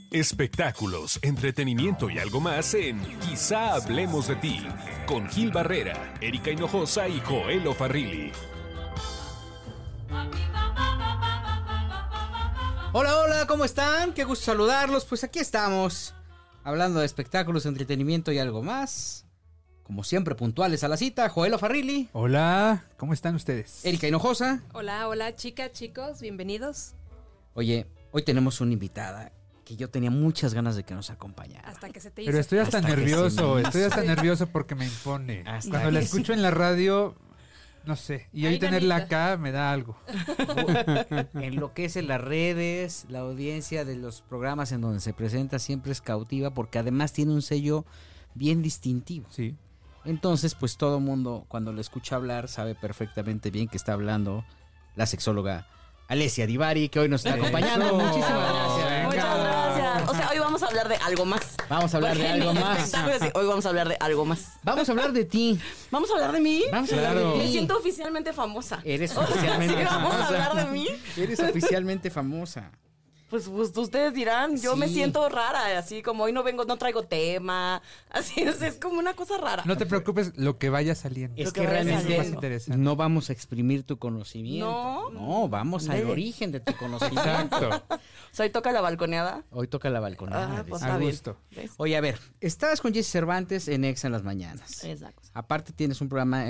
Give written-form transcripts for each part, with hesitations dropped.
Espectáculos, entretenimiento y algo más en Quizá Hablemos de Ti, con Gil Barrera, Erika Hinojosa y Joel Farrilli. Hola, hola, ¿cómo están? Qué gusto saludarlos. Pues aquí estamos, hablando de espectáculos, entretenimiento y algo más. Como siempre, puntuales a la cita, Joel Farrilli. Hola, ¿cómo están ustedes? Erika Hinojosa. Hola, hola, chicas, chicos, bienvenidos. Oye, hoy tenemos una invitada que yo tenía muchas ganas de que nos acompañara. Hasta que se te hizo. Pero estoy hasta nervioso, hasta nervioso porque me impone. Hasta Cuando que la sí. escucho en la radio, no sé, y hoy Ay, tenerla ganita. acá me da algo. Enloquece las redes, la audiencia de los programas en donde se presenta siempre es cautiva porque además tiene un sello bien distintivo. Sí. Entonces, pues todo mundo cuando la escucha hablar sabe perfectamente bien que está hablando la sexóloga Alessia Divari, que hoy nos está acompañando. Eso. Muchísimas gracias. Venga. Muchas gracias. O sea, hoy vamos a hablar de algo más. Vamos a hablar de Porque algo mi más. espectáculo es así, hoy vamos a hablar de algo más. Vamos a hablar de ti. ¿Vamos a hablar de mí? Vamos a hablar Claro. de Me ti. siento oficialmente famosa. Eres O sea, oficialmente ¿sí vamos famosa. a hablar de mí? Eres oficialmente famosa. Pues ustedes dirán, yo me Sí. siento rara, así como hoy no traigo tema, así es como una cosa rara. No te preocupes, lo que vaya saliendo. Es Lo que que vaya realmente saliendo. Más interesante. no vamos a exprimir tu conocimiento. No. No, vamos al Dele. origen de tu conocimiento. Exacto. O sea, hoy toca la balconeada. Hoy toca la balconada. Ah, pues A está bien. gusto. ¿Ves? Oye, a ver, estabas con Jesse Cervantes en Exa en las mañanas. Exacto. Aparte tienes un programa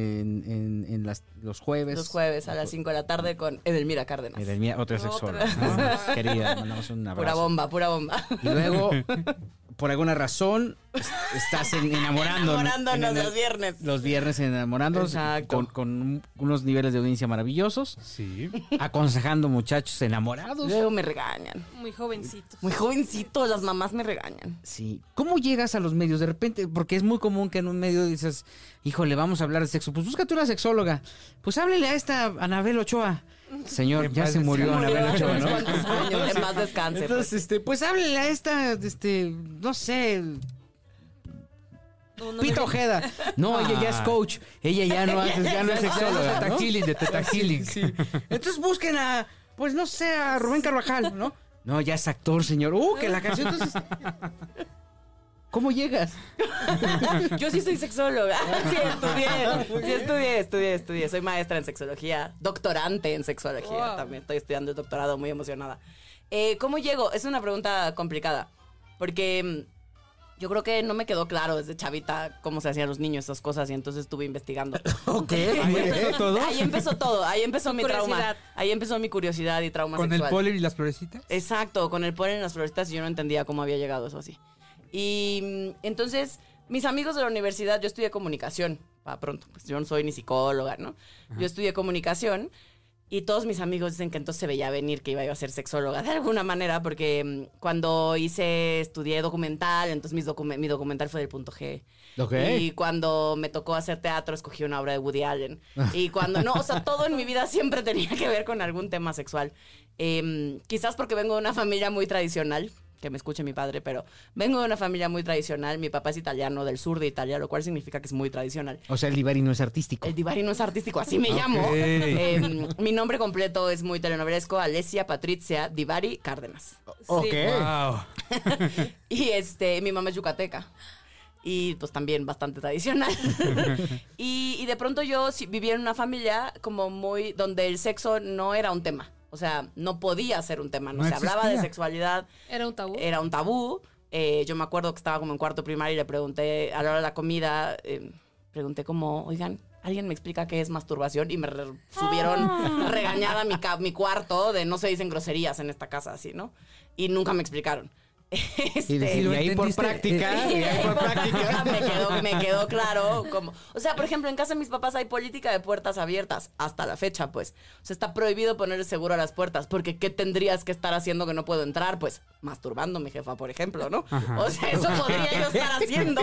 los jueves. Los jueves a las 5 de la tarde con Edelmira Cárdenas. Edelmira, otra sexóloga. Otra. ¿No? Querida, mandamos un abrazo. Pura bomba, pura bomba. Y luego, por alguna razón, estás enamorando. Enamorándonos los viernes. Los viernes enamorándonos Exacto. con unos niveles de audiencia maravillosos, Sí. aconsejando muchachos enamorados. Luego me regañan. Muy jovencitos. Muy jovencito, las mamás me regañan. Sí. ¿Cómo llegas a los medios? De repente, porque es muy común que en un medio dices, híjole, vamos a hablar de sexo. Pues búscate una sexóloga. Pues háblele a esta Anabel Ochoa. Señor, En ya paz se murió descanse. Anabel Murió Ochoa, hace ¿no? unos cuantos años. En paz descanse. Entonces, pues háblele a esta, no sé, Uno Pita de- Ojeda. No, ella ya es coach. Ella ya no, ya no es sexóloga, Teta ¿no? Healing, de Teta Healing. Entonces busquen a, pues no sé, a Rubén Carvajal, ¿no? No, ya es actor, señor. Que la canción, entonces... ¿Cómo llegas? Yo sí soy sexóloga. Sí, estudié. Soy maestra en sexología, doctorante en sexología. Wow. También estoy estudiando el doctorado, muy emocionada. ¿Cómo llego? Es una pregunta complicada. Porque yo creo que no me quedó claro desde chavita cómo se hacían los niños esas cosas y entonces estuve investigando. Ok. Ahí empezó todo. Ahí empezó todo. Ahí empezó mi trauma. Curiosidad. Ahí empezó mi curiosidad y trauma Con sexual. el polen y las florecitas. Exacto, con el polen en las florecitas y yo no entendía cómo había llegado eso así. Y entonces, mis amigos de la universidad, yo estudié comunicación, para pronto, pues yo no soy ni psicóloga, ¿no? Yo estudié comunicación y todos mis amigos dicen que entonces se veía venir que iba yo a ser sexóloga de alguna manera, porque cuando estudié documental, entonces mi documental fue del punto G. Ok. Y cuando me tocó hacer teatro, escogí una obra de Woody Allen. Y cuando no, o sea, todo en mi vida siempre tenía que ver con algún tema sexual. Quizás porque vengo de una familia muy tradicional, que me escuche mi padre, pero vengo de una familia muy tradicional. Mi papá es italiano, del sur de Italia, lo cual significa que es muy tradicional. O sea, el Divari no es artístico. El Divari no es artístico, así me llamo. Mi nombre completo es muy telenovelesco, Alessia Patricia Divari Cárdenas. Ok. Wow. Y mi mamá es yucateca. Y pues también bastante tradicional. y de pronto yo vivía en una familia como muy, donde el sexo no era un tema. O sea, no podía ser un tema. No, No se hablaba de existía. sexualidad. Era un tabú. Era un tabú. Yo me acuerdo que estaba como en cuarto primaria y le pregunté, a la hora de la comida, pregunté como, oigan, ¿alguien me explica qué es masturbación? Y me subieron regañada a mi cuarto de no se dicen groserías en esta casa, así, ¿no? Y nunca me explicaron. Y ahí por entendiste. práctica. Y ahí por práctica me quedó claro como, o sea, por ejemplo, en casa de mis papás hay política de puertas abiertas hasta la fecha, pues. O sea, está prohibido poner seguro a las puertas, porque ¿qué tendrías que estar haciendo que no puedo entrar? Pues masturbando, mi jefa, por ejemplo, ¿no? Ajá. O sea, eso podría yo estar haciendo.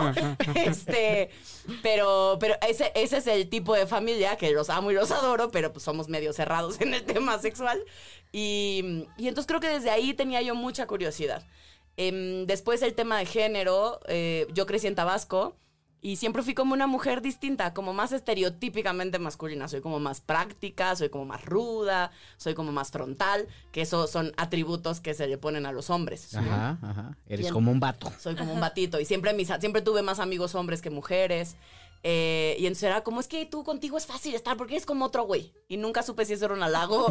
Pero ese es el tipo de familia que los amo y los adoro, pero pues somos medio cerrados en el tema sexual. Y entonces creo que desde ahí tenía yo mucha curiosidad. Después el tema de género, yo crecí en Tabasco Y siempre fui como una mujer distinta, como más estereotípicamente masculina. Soy como más práctica, soy como más ruda, soy como más frontal, que esos son atributos que se le ponen a los hombres. Ajá. Eres Bien. como un vato. Soy como un batito. Y siempre tuve más amigos hombres que mujeres. Y entonces era como, es que tú contigo es fácil estar porque eres como otro güey. Y nunca supe si eso era un halago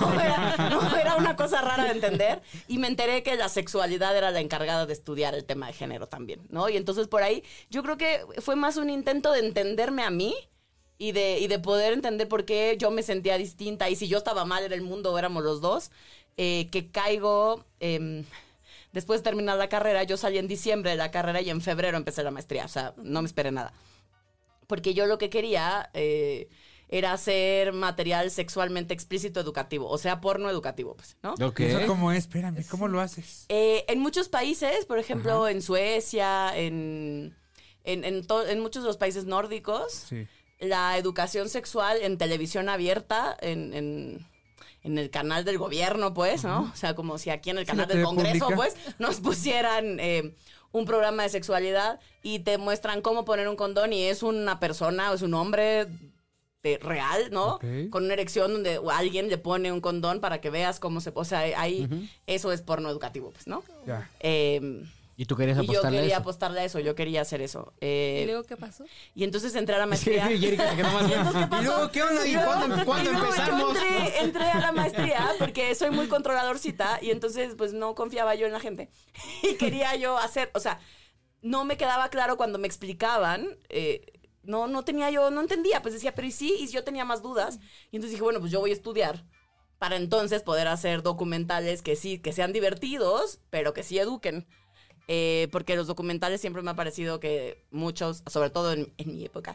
o era una cosa rara de entender. Y me enteré que la sexualidad era la encargada de estudiar el tema de género también, ¿no? Y entonces por ahí yo creo que fue más un intento de entenderme a mí y de poder entender por qué yo me sentía distinta. Y si yo estaba mal era el mundo o éramos los dos. Que caigo... después de terminar la carrera, yo salí en diciembre de la carrera y en febrero empecé la maestría. O sea, no me esperé nada. Porque yo lo que quería era hacer material sexualmente explícito educativo, o sea, porno educativo, pues, ¿no? Ok. ¿Eso cómo es? Espérame, ¿cómo lo haces? En muchos países, por ejemplo, en Suecia, en muchos de los países nórdicos, Sí. la educación sexual en televisión abierta, en el canal del gobierno, pues, ¿no? O sea, como si aquí en el canal la del TV Congreso, pública. pues, nos pusieran un programa de sexualidad y te muestran cómo poner un condón y es una persona o es un hombre real, ¿no? Ok. Con una erección donde alguien le pone un condón para que veas cómo se... O sea, ahí eso es porno educativo, pues, ¿no? Ya. ¿Y tú querías Y yo apostarle a quería eso? apostarle a eso, yo quería hacer eso. ¿Y luego qué pasó? Y entonces entré a la maestría. Y Erika se quedó más bien. Entonces, ¿qué pasó? ¿Y luego qué onda? ¿Y cuándo Y luego empezamos? yo entré a la maestría porque soy muy controladorcita y entonces pues no confiaba yo en la gente. Y quería yo hacer, o sea, no me quedaba claro cuando me explicaban, no entendía, pues decía, pero ¿y sí? Y yo tenía más dudas. Y entonces dije, bueno, pues yo voy a estudiar para entonces poder hacer documentales que sí, que sean divertidos, pero que sí eduquen. Porque los documentales siempre me ha parecido que muchos, sobre todo en mi época,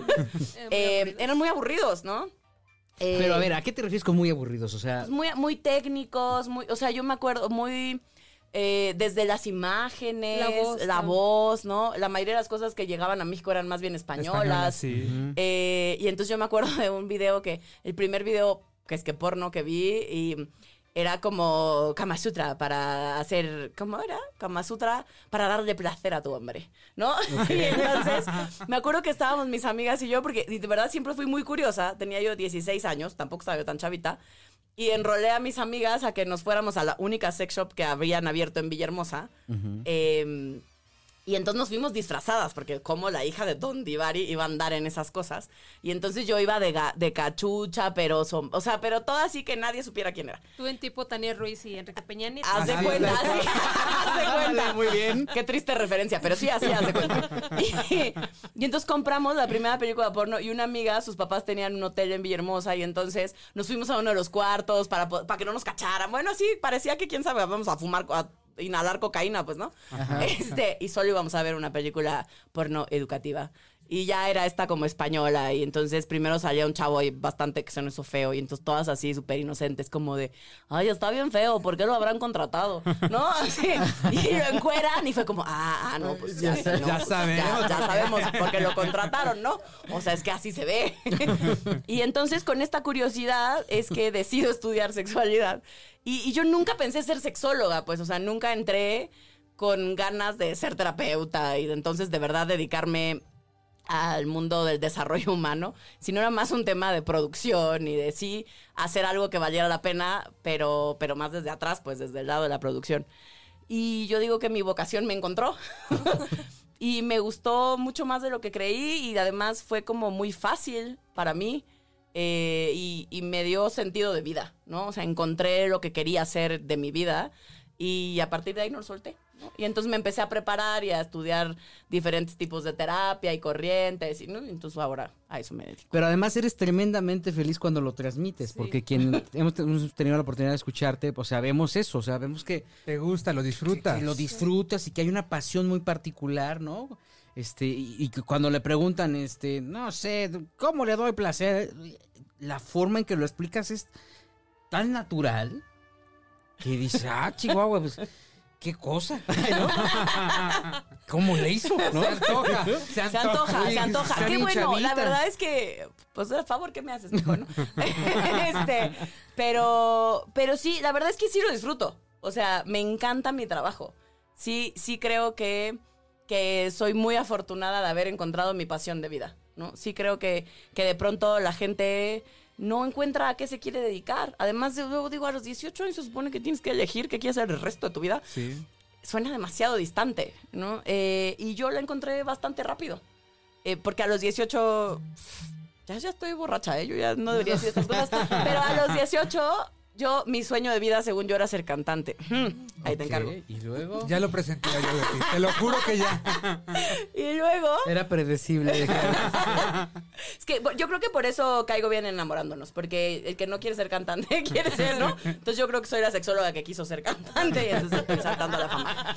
eran muy aburridos, ¿no? Pero a ver, ¿a qué te refieres con muy aburridos? O sea, Muy técnicos, o sea, yo me acuerdo muy... desde las imágenes, la voz, ¿no? La mayoría de las cosas que llegaban a México eran más bien españolas. Sí. Y entonces yo me acuerdo de un video el primer video que es que porno que vi y era como Kama Sutra para hacer, ¿cómo era? Kama Sutra para darle placer a tu hombre, ¿no? Y entonces me acuerdo que estábamos mis amigas y yo, porque de verdad siempre fui muy curiosa, tenía yo 16 años, tampoco estaba yo tan chavita, y enrolé a mis amigas a que nos fuéramos a la única sex shop que habían abierto en Villahermosa. Y entonces nos fuimos disfrazadas, porque como la hija de Don Divari iba a andar en esas cosas. Y entonces yo iba de cachucha, pero todo así que nadie supiera quién era. Tú en tipo Tania Ruiz y Enrique Peña Nieto. Haz de cuenta, sí. Haz de cuenta. Muy bien. Qué triste referencia, pero sí, así haz de cuenta. Y entonces compramos la primera película porno y una amiga, sus papás tenían un hotel en Villahermosa y entonces nos fuimos a uno de los cuartos para que no nos cacharan. Bueno, sí, parecía que quién sabe, vamos a fumar, a inhalar cocaína, pues, ¿no? Y solo íbamos a ver una película porno educativa. Y ya era esta como española. Y entonces primero salía un chavo ahí bastante que se nos hizo feo. Y entonces todas así súper inocentes, como de, ay, está bien feo, ¿por qué lo habrán contratado? ¿No? Así. Y lo encueran y fue como, no, pues Ya no, sabemos. ya sabemos porque lo contrataron, ¿no? O sea, es que así se ve. Y entonces con esta curiosidad es que decido estudiar sexualidad. Y yo nunca pensé ser sexóloga, pues, o sea, nunca entré con ganas de ser terapeuta y de entonces de verdad dedicarme al mundo del desarrollo humano, sino era más un tema de producción y de sí hacer algo que valiera la pena, pero más desde atrás, pues desde el lado de la producción. Y yo digo que mi vocación me encontró y me gustó mucho más de lo que creí y además fue como muy fácil para mí. Y me dio sentido de vida, ¿no? O sea, encontré lo que quería hacer de mi vida y a partir de ahí no lo solté, ¿no? Y entonces me empecé a preparar y a estudiar diferentes tipos de terapia y corrientes, ¿no? Y entonces ahora a eso me dedico. pero además eres tremendamente feliz cuando lo transmites, Sí. porque quien hemos tenido la oportunidad de escucharte, o sea, vemos eso, o sea, vemos que ¿Te gusta? ¿Lo disfrutas? que lo disfrutas y que hay una pasión muy particular, ¿no? Y que cuando le preguntan, no sé, ¿cómo le doy placer? La forma en que lo explicas es tan natural que dice, Chihuahua, pues, qué cosa, ¿no? ¿Cómo le hizo? ¿No? Se antoja. Se antoja, se antoja. Está Qué bien bueno, chavita. la verdad es que, pues, el favor que me haces, mijo, ¿no? Pero sí, la verdad es que sí lo disfruto. O sea, me encanta mi trabajo. Sí creo que que soy muy afortunada de haber encontrado mi pasión de vida, ¿no? Sí creo que de pronto la gente no encuentra a qué se quiere dedicar. Además, yo digo, a los 18 años se supone que tienes que elegir qué quieres hacer el resto de tu vida. Sí. Suena demasiado distante, ¿no? Y yo la encontré bastante rápido. Porque a los 18... Ya estoy borracha, ¿eh? Yo ya no debería decir estas cosas. Pero a los 18... mi sueño de vida, según yo, era ser cantante. Ahí te encargo. ¿Y luego? Ya lo presenté yo de ti. Te lo juro que ya. Y luego... Era predecible. Es que yo creo que por eso caigo bien enamorándonos. Porque el que no quiere ser cantante, quiere ser, ¿no? Entonces yo creo que soy la sexóloga que quiso ser cantante. Y entonces estoy saltando a la fama.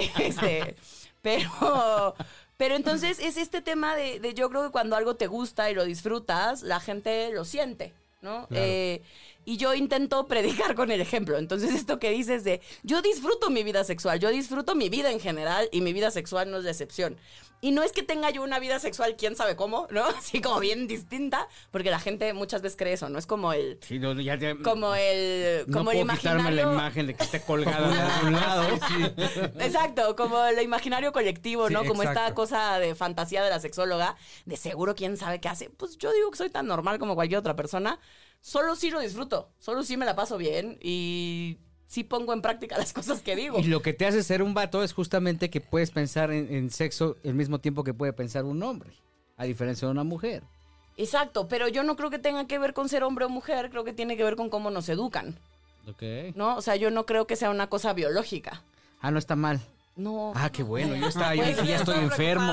Pero entonces es este tema de yo creo que cuando algo te gusta y lo disfrutas, la gente lo siente, ¿no? Claro. Y yo intento predicar con el ejemplo. Entonces, esto que dices de, yo disfruto mi vida sexual, yo disfruto mi vida en general y mi vida sexual no es la excepción. Y no es que tenga yo una vida sexual, quién sabe cómo, ¿no? Así como bien distinta, porque la gente muchas veces cree eso, ¿no? Es como el... Sí, no, ya, Como el no puedo imaginario... quitarme la imagen de que esté colgada de algún lado. Exacto, como el imaginario colectivo, ¿no? Sí, Como esta exacto. cosa de fantasía de la sexóloga, de seguro quién sabe qué hace. Pues yo digo que soy tan normal como cualquier otra persona. Solo sí lo disfruto, solo sí me la paso bien y sí pongo en práctica las cosas que digo. Y lo que te hace ser un vato es justamente que puedes pensar en sexo al mismo tiempo que puede pensar un hombre, a diferencia de una mujer. Exacto, pero yo no creo que tenga que ver con ser hombre o mujer, creo que tiene que ver con cómo nos educan, Ok. ¿no? O sea, yo no creo que sea una cosa biológica. Ah, no está mal. No. Ah, qué bueno. Yo dije, ya estoy enfermo.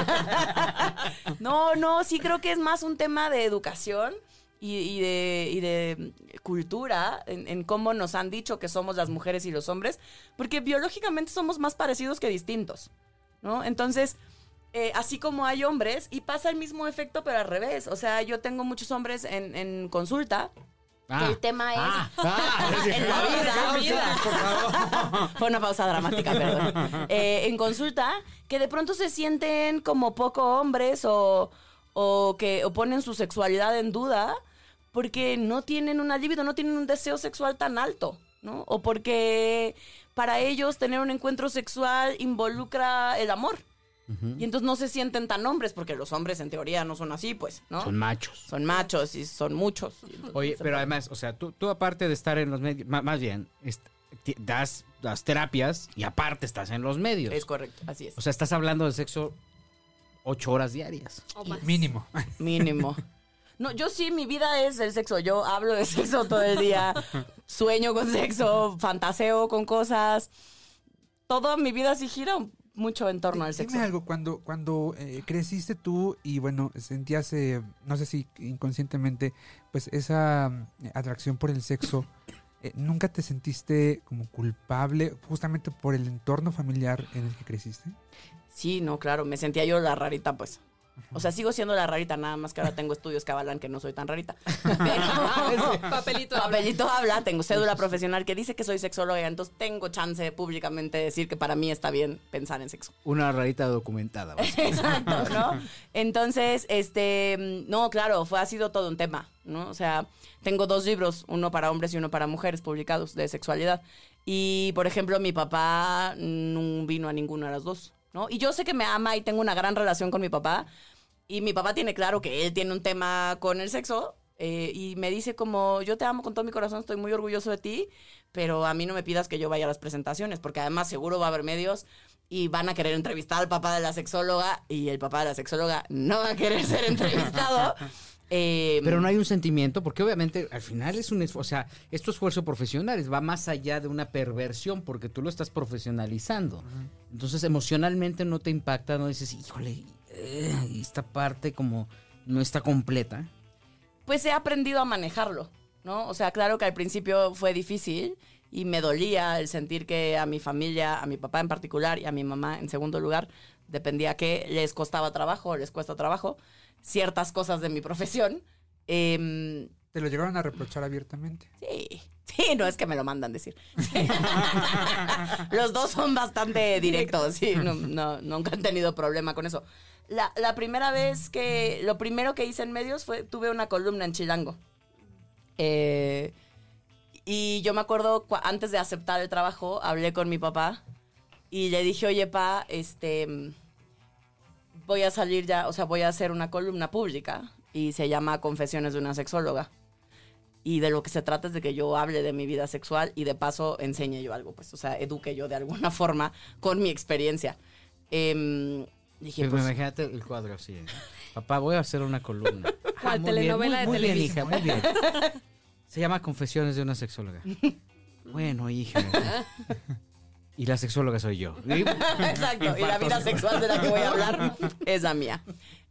No, sí creo que es más un tema de educación y de cultura en cómo nos han dicho que somos las mujeres y los hombres, porque biológicamente somos más parecidos que distintos, ¿no? Entonces, así como hay hombres, y pasa el mismo efecto, pero al revés. O sea, yo tengo muchos hombres en consulta. Que el tema es en la vida. Por favor. Fue una pausa dramática, perdón. En consulta, que de pronto se sienten como poco hombres o ponen su sexualidad en duda porque no tienen una libido, no tienen un deseo sexual tan alto, ¿no? O porque para ellos tener un encuentro sexual involucra el amor. Y entonces no se sienten tan hombres, porque los hombres en teoría no son así, pues, ¿no? Son machos. Son machos y son muchos. Oye, pero además, o sea, tú aparte de estar en los medios, más bien, das terapias y aparte estás en los medios. Es correcto, así es. O sea, estás hablando de sexo 8 horas diarias. O más. Mínimo. Mínimo. No, yo sí, mi vida es el sexo. Yo hablo de sexo todo el día. Sueño con sexo, fantaseo con cosas. Toda mi vida sí gira mucho en torno al sexo. Dime algo, cuando creciste tú y bueno, sentías, no sé si inconscientemente, pues esa atracción por el sexo, ¿nunca te sentiste como culpable justamente por el entorno familiar en el que creciste? Sí, no, claro, me sentía yo la rarita, pues. O sea, sigo siendo la rarita, nada más que ahora tengo estudios que avalan que no soy tan rarita. Pero Papelito habla. papelito habla, tengo cédula profesional que dice que soy sexóloga, entonces tengo chance públicamente de decir que para mí está bien pensar en sexo. Una rarita documentada. Exacto, ¿no? Entonces, no, claro, ha sido todo un tema, ¿no? O sea, tengo 2 libros, uno para hombres y uno para mujeres publicados de sexualidad. Y, por ejemplo, mi papá no vino a ninguna de las 2, ¿no? Y yo sé que me ama y tengo una gran relación con mi papá. Y mi papá tiene claro que él tiene un tema con el sexo. Y me dice como, yo te amo con todo mi corazón, estoy muy orgulloso de ti, pero a mí no me pidas que yo vaya a las presentaciones, porque además seguro va a haber medios y van a querer entrevistar al papá de la sexóloga y el papá de la sexóloga no va a querer ser entrevistado. Pero no hay un sentimiento, porque obviamente al final es un esfuerzo, o sea, esto es esfuerzo profesional, va más allá de una perversión, porque tú lo estás profesionalizando. Entonces emocionalmente no te impacta, no dices, híjole, esta parte como no está completa. Pues he aprendido a manejarlo, ¿no? O sea, claro que al principio fue difícil y me dolía el sentir que a mi familia, a mi papá en particular y a mi mamá en segundo lugar, dependía que les costaba trabajo, les cuesta trabajo, ciertas cosas de mi profesión. ¿Te lo llegaron a reprochar abiertamente? Sí, no es que me lo mandan decir. Sí. Los dos son bastante directos, sí, nunca han tenido problema con eso. La primera vez lo primero que hice en medios tuve una columna en Chilango. Y yo me acuerdo, antes de aceptar el trabajo, hablé con mi papá Y le dije, oye, pa, voy a salir ya, o sea, voy a hacer una columna pública y se llama Confesiones de una sexóloga. Y de lo que se trata es de que yo hable de mi vida sexual y de paso enseñe yo algo, pues, o sea, eduque yo de alguna forma con mi experiencia. Dije, pues, imagínate el cuadro así, ¿eh? Papá, voy a hacer una columna. ¿Cuál Muy telenovela bien, muy de bien, Televisa? hija, muy bien. Se llama Confesiones de una sexóloga. Bueno, hija. Y la sexóloga soy yo. exacto, y la vida sexual de la que voy a hablar es la mía.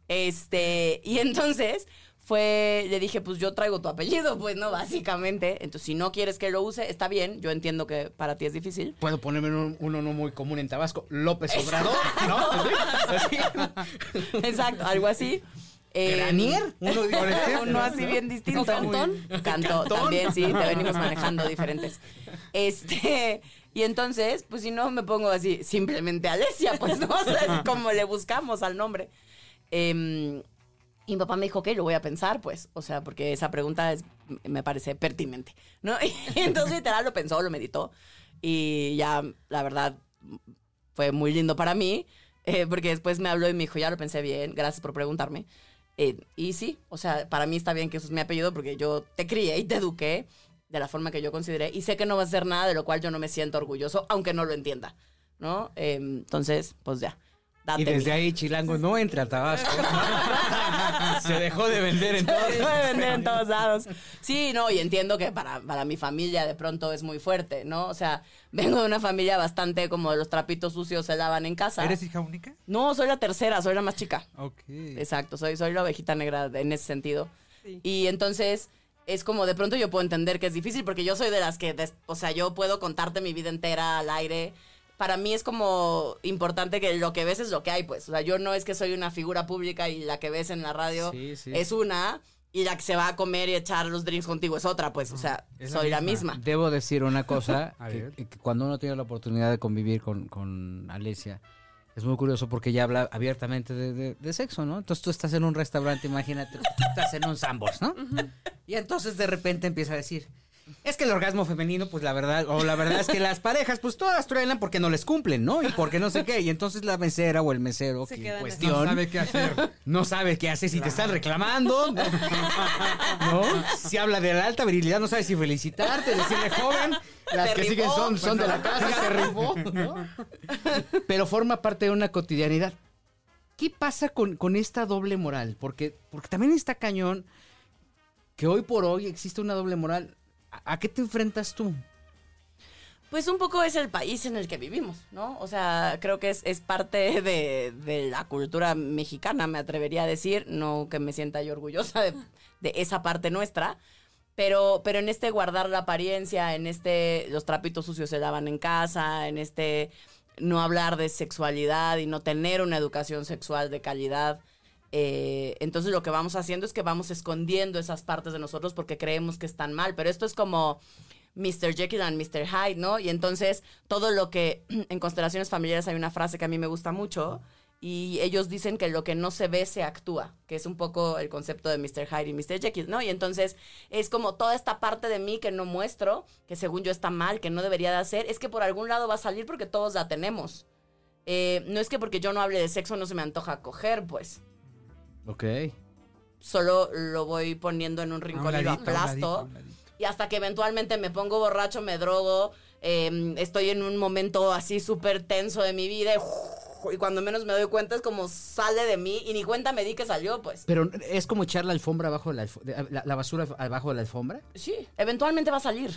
Y entonces le dije, pues yo traigo tu apellido, pues, ¿no? Básicamente. Entonces, si no quieres que lo use, está bien. Yo entiendo que para ti es difícil. Puedo ponerme uno no muy común en Tabasco, López Obrador, ¿no? Así. Exacto, algo así. Granier, uno así bien distinto. ¿O Cantón? Cantón, también, sí, te venimos manejando diferentes. Y entonces, pues si no me pongo así, simplemente Alesia, pues no, o sea, es como le buscamos al nombre. Y mi papá me dijo, ok, lo voy a pensar, pues, o sea, porque esa pregunta me parece pertinente, ¿no? Y entonces literal lo pensó, lo meditó, y ya, la verdad, fue muy lindo para mí, porque después me habló y me dijo, ya lo pensé bien, gracias por preguntarme. Y sí, o sea, para mí está bien que eso es mi apellido porque yo te crié y te eduqué de la forma que yo consideré y sé que no va a ser nada de lo cual yo no me siento orgulloso, aunque no lo entienda, ¿no? Entonces, pues ya. Y desde ahí Chilango no entra a Tabasco. Se dejó de vender en todos lados. Se dejó de vender en todos lados. Sí, no, y entiendo que para mi familia de pronto es muy fuerte, ¿no? O sea, vengo de una familia bastante como de los trapitos sucios se lavan en casa. ¿Eres hija única? No, soy la tercera, soy la más chica. Ok. Exacto, soy la ovejita negra en ese sentido. Sí. Y entonces es como de pronto yo puedo entender que es difícil porque yo soy de las que, o sea, yo puedo contarte mi vida entera al aire. Para mí es como importante que lo que ves es lo que hay, pues. O sea, yo no es que soy una figura pública y la que ves en la radio es una y la que se va a comer y echar los drinks contigo es otra, pues. O sea, soy la misma. Debo decir una cosa, A ver. que cuando uno tiene la oportunidad de convivir con Alesia, es muy curioso porque ella habla abiertamente de sexo, ¿no? Entonces tú estás en un restaurante, imagínate, estás en un Sambors, ¿no? Y entonces de repente empieza a decir... Es que el orgasmo femenino, pues la verdad es que las parejas, pues todas truenan porque no les cumplen, ¿no? Y porque no sé qué. Y entonces la mesera o el mesero Se que quedan en así. cuestión No sabe qué hacer. no sabe qué hacer si te están reclamando, ¿no? Si habla de la alta virilidad, no sabe si felicitarte, decirle joven. Las Se que siguen rifó. son de la casa, se rifó, ¿no? Pero forma parte de una cotidianidad. ¿Qué pasa con esta doble moral? Porque también está cañón que hoy por hoy existe una doble moral. ¿A qué te enfrentas tú? Pues un poco es el país en el que vivimos, ¿no? O sea, creo que es parte de la cultura mexicana, me atrevería a decir. No que me sienta yo orgullosa de esa parte nuestra. Pero en guardar la apariencia, en los trapitos sucios se lavan en casa, en no hablar de sexualidad y no tener una educación sexual de calidad. Entonces lo que vamos haciendo es que vamos escondiendo esas partes de nosotros porque creemos que están mal, pero esto es como Mr. Jekyll and Mr. Hyde, ¿no? Y entonces todo lo que en constelaciones familiares hay una frase que a mí me gusta mucho y ellos dicen que lo que no se ve se actúa, que es un poco el concepto de Mr. Hyde y Mr. Jekyll, ¿no? Y entonces es como toda esta parte de mí que no muestro, que según yo está mal, que no debería de hacer, es que por algún lado va a salir porque todos la tenemos. No es que porque yo no hable de sexo no se me antoja coger, pues. Ok. Solo lo voy poniendo en un rincón y lo aplasto. Y hasta que eventualmente me pongo borracho, me drogo, estoy en un momento así súper tenso de mi vida y cuando menos me doy cuenta es como sale de mí y ni cuenta me di que salió, pues. Pero es como echar la alfombra abajo de la basura abajo de la alfombra. Sí, eventualmente va a salir.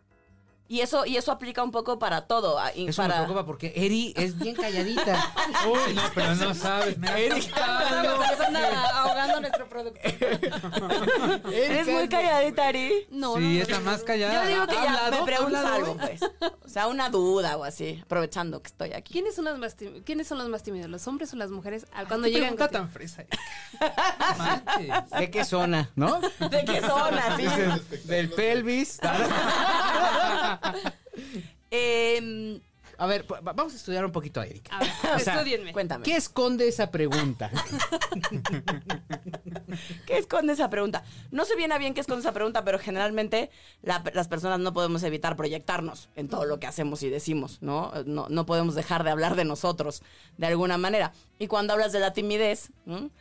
Y eso aplica un poco para todo. Eso me preocupa porque Eri es bien calladita. Uy, no, pero no sabes. Eri, Se anda ahogando nuestro producto. ¿Eres muy calladita, Ari? No, Sí, no. es la más callada. Yo digo que ya ¿Hablado? me preguntas ¿Hablado? algo, pues. O sea, una duda o así, aprovechando que estoy aquí. ¿Quiénes son los más tímidos, los hombres o las mujeres? Cuando ¿Qué llegan pregunta contigo? tan fresa? Manches. ¿de qué zona, no? ¿De qué zona? Sí. Del pelvis. A ver, vamos a estudiar un poquito a Erika. A ver, O sea, estúdienme. Cuéntame. ¿Qué esconde esa pregunta? ¿Qué esconde esa pregunta? No sé bien a bien qué esconde esa pregunta, pero generalmente las personas no podemos evitar proyectarnos en todo lo que hacemos y decimos, ¿no? No podemos dejar de hablar de nosotros de alguna manera. Y cuando hablas de la timidez, ¿no?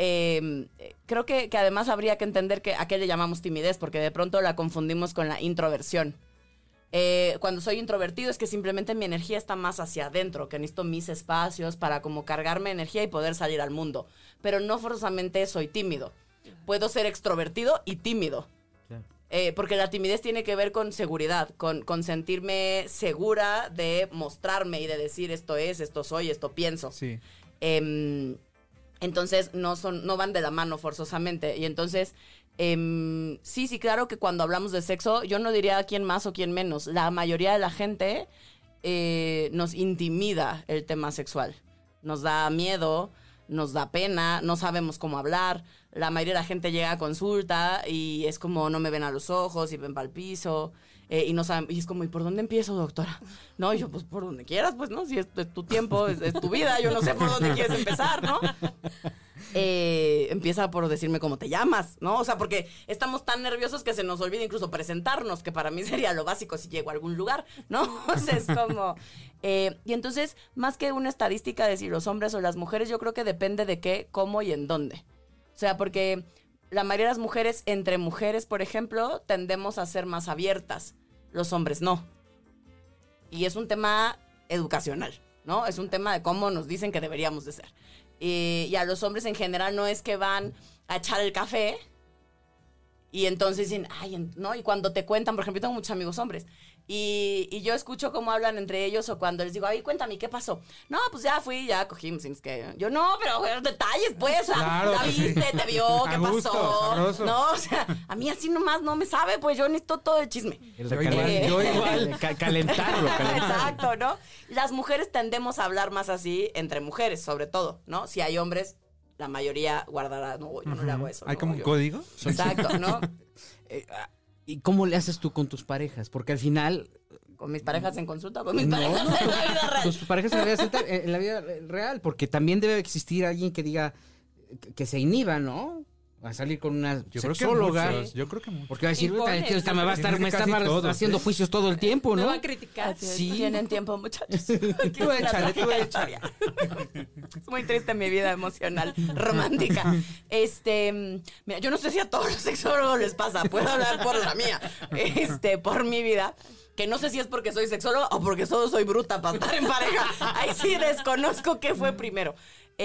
Creo que además habría que entender a qué le llamamos timidez, porque de pronto la confundimos con la introversión. Cuando soy introvertido es que simplemente mi energía está más hacia adentro, que necesito mis espacios para como cargarme energía y poder salir al mundo. Pero no forzosamente soy tímido. Puedo ser extrovertido y tímido. Porque la timidez tiene que ver con seguridad, con sentirme segura de mostrarme y de decir esto es, esto soy, esto pienso. Sí. Entonces no van de la mano forzosamente. Y entonces, sí, claro que cuando hablamos de sexo, yo no diría quién más o quién menos. La mayoría de la gente nos intimida el tema sexual. Nos da miedo, nos da pena, no sabemos cómo hablar. La mayoría de la gente llega a consulta y es como no me ven a los ojos y ven para el piso. Y no saben, y es como, ¿y por dónde empiezo, doctora? No, y yo, pues por donde quieras, pues, ¿no? Si es tu tiempo, es tu vida, yo no sé por dónde quieres empezar, ¿no? Empieza por decirme cómo te llamas, ¿no? O sea, porque estamos tan nerviosos que se nos olvida incluso presentarnos, que para mí sería lo básico si llego a algún lugar, ¿no? O sea, es como... y entonces, más que una estadística de si los hombres o las mujeres, yo creo que depende de qué, cómo y en dónde. O sea, porque la mayoría de las mujeres, entre mujeres, por ejemplo, tendemos a ser más abiertas. Los hombres no. Y es un tema educacional, ¿no? Es un tema de cómo nos dicen que deberíamos de ser. Y a los hombres en general no es que van a echar el café y entonces dicen, ay, ¿no? Y cuando te cuentan, por ejemplo, yo tengo muchos amigos hombres, y yo escucho cómo hablan entre ellos o cuando les digo, ay, cuéntame, ¿qué pasó? No, pues ya fui, ya cogimos. Que yo, no, pero detalles, pues, o sea, Claro, la pues, viste, sí. te vio, ¿qué A gusto, pasó? sabroso. No, o sea, a mí así nomás no me sabe, pues yo necesito todo el chisme. Yo igual. Calentarlo. Exacto, ¿no? Las mujeres tendemos a hablar más así entre mujeres, sobre todo, ¿no? Si hay hombres, la mayoría guardará, no, yo no le hago eso. ¿Hay no, como un yo- código? Exacto, ¿no? ¿Y cómo le haces tú con tus parejas? Porque al final... Con mis parejas en consulta, con mis No, parejas no, en la vida real. tus parejas en la vida real, porque también debe existir alguien que diga que se inhiba, ¿no? A salir con una Yo creo que sexóloga. muchos. Yo creo que muchos. Porque va a decir, Impones, "Esta me va a estar, me casi está todos, haciendo ¿sí? juicios todo el tiempo, Me ¿no?" va a criticar. Así es, Sí. Tienen tiempo, muchachos. Tú échale, tú échale. Es muy triste mi vida emocional, romántica. Mira, yo no sé si a todos los sexólogos les pasa, puedo hablar por la mía, por mi vida, que no sé si es porque soy sexóloga o porque solo soy bruta para estar en pareja. Ahí sí desconozco qué fue primero.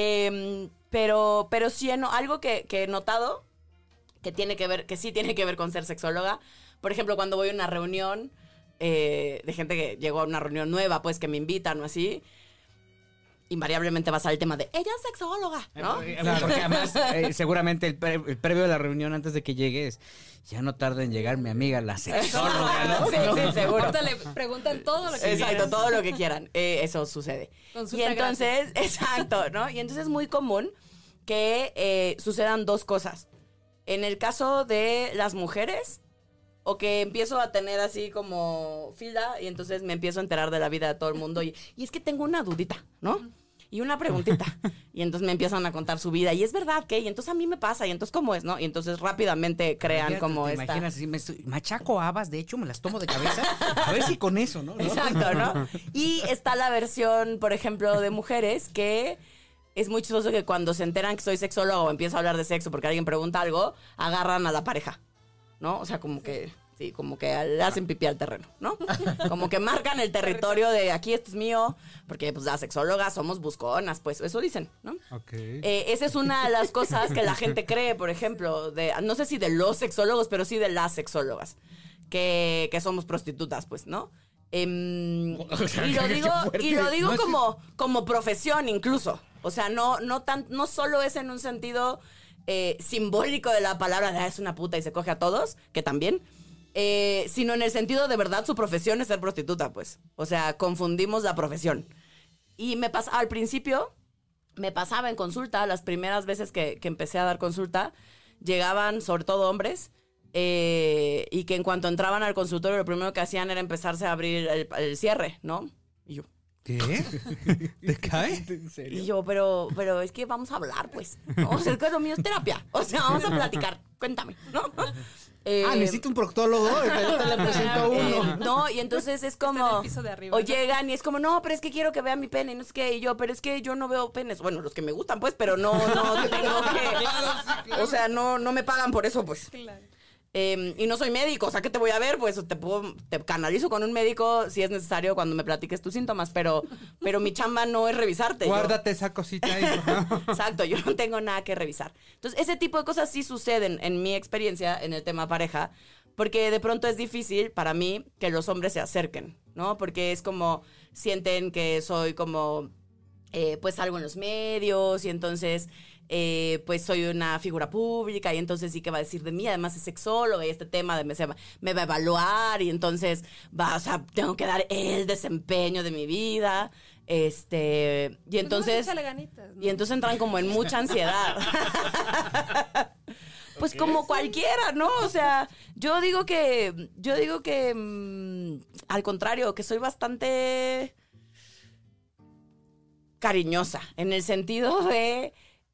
Pero sí, algo que he notado que sí tiene que ver con ser sexóloga. Por ejemplo, cuando voy a una reunión de gente que llegó a una reunión nueva, pues que me invitan o así, invariablemente va a salir el tema de ella es sexóloga, ¿no? Porque además, seguramente el previo de la reunión antes de que llegues, ya no tarda en llegar mi amiga, la sexóloga, ¿no? Sí, sí, seguro. Ahorita le preguntan todo lo que Exacto, quieran. todo lo que quieran. Eso sucede. Consulta Y entonces, exacto, ¿no? Y entonces es muy común que sucedan dos cosas. En el caso de las mujeres, o que empiezo a tener así como fila y entonces me empiezo a enterar de la vida de todo el mundo y es que tengo una dudita, ¿no? Y una preguntita. Y entonces me empiezan a contar su vida. Y es verdad que, y entonces a mí me pasa, y entonces cómo es, ¿no? Y entonces rápidamente crean Imagínate, como ¿te esta... imaginas así, machaco habas, de hecho me las tomo de cabeza, a ver si con eso, ¿no? Exacto, ¿no? Y está la versión, por ejemplo, de mujeres que es muy chistoso que cuando se enteran que soy sexóloga o empiezo a hablar de sexo porque alguien pregunta algo, agarran a la pareja, ¿no? O sea, como que... Sí, como que le hacen pipí al terreno, ¿no? Como que marcan el territorio de aquí esto es mío, porque pues las sexólogas somos busconas, pues eso dicen, ¿no? Ok. Esa es una de las cosas que la gente cree, por ejemplo, no sé si de los sexólogos, pero sí de las sexólogas, que somos prostitutas, pues, ¿no? Y lo digo como profesión incluso. O sea, no solo es en un sentido simbólico de la palabra de es una puta y se coge a todos, que también, sino en el sentido de verdad su profesión es ser prostituta, pues. O sea, confundimos la profesión. Y al principio me pasaba en consulta, las primeras veces que empecé a dar consulta, llegaban sobre todo hombres, y que en cuanto entraban al consultorio lo primero que hacían era empezarse a abrir el cierre, ¿no? Y yo, ¿Qué? ¿Te cae? ¿En serio? Y yo, pero es que vamos a hablar, pues. ¿No? O sea, es que lo mío es terapia. O sea, vamos a platicar. Cuéntame, ¿no? Necesito un proctólogo. Yo te le presento a uno. No, y entonces es como... Está en el piso de arriba, o ¿no? llegan y es como, no, pero es que quiero que vean mi pene. Y no sé qué. Y yo, pero es que yo no veo penes. Bueno, los que me gustan, pues, pero no tengo que... O sea, no me pagan por eso, pues. Claro. Y no soy médico, o sea, ¿qué te voy a ver? Pues te canalizo con un médico si es necesario cuando me platiques tus síntomas, pero mi chamba no es revisarte. Guárdate esa cosita ahí, por favor. Exacto, yo no tengo nada que revisar. Entonces, ese tipo de cosas sí suceden en mi experiencia en el tema pareja, porque de pronto es difícil para mí que los hombres se acerquen, ¿no? Porque es como, sienten que soy como, pues salgo en los medios y entonces... pues soy una figura pública y entonces sí que va a decir de mí, además es sexóloga y este tema de me va a evaluar y entonces o sea, tengo que dar el desempeño de mi vida, y entonces échale ganitas, ¿no? y entonces entran como en mucha ansiedad. Pues como cualquiera, ¿no? O sea, yo digo que al contrario, que soy bastante cariñosa en el sentido de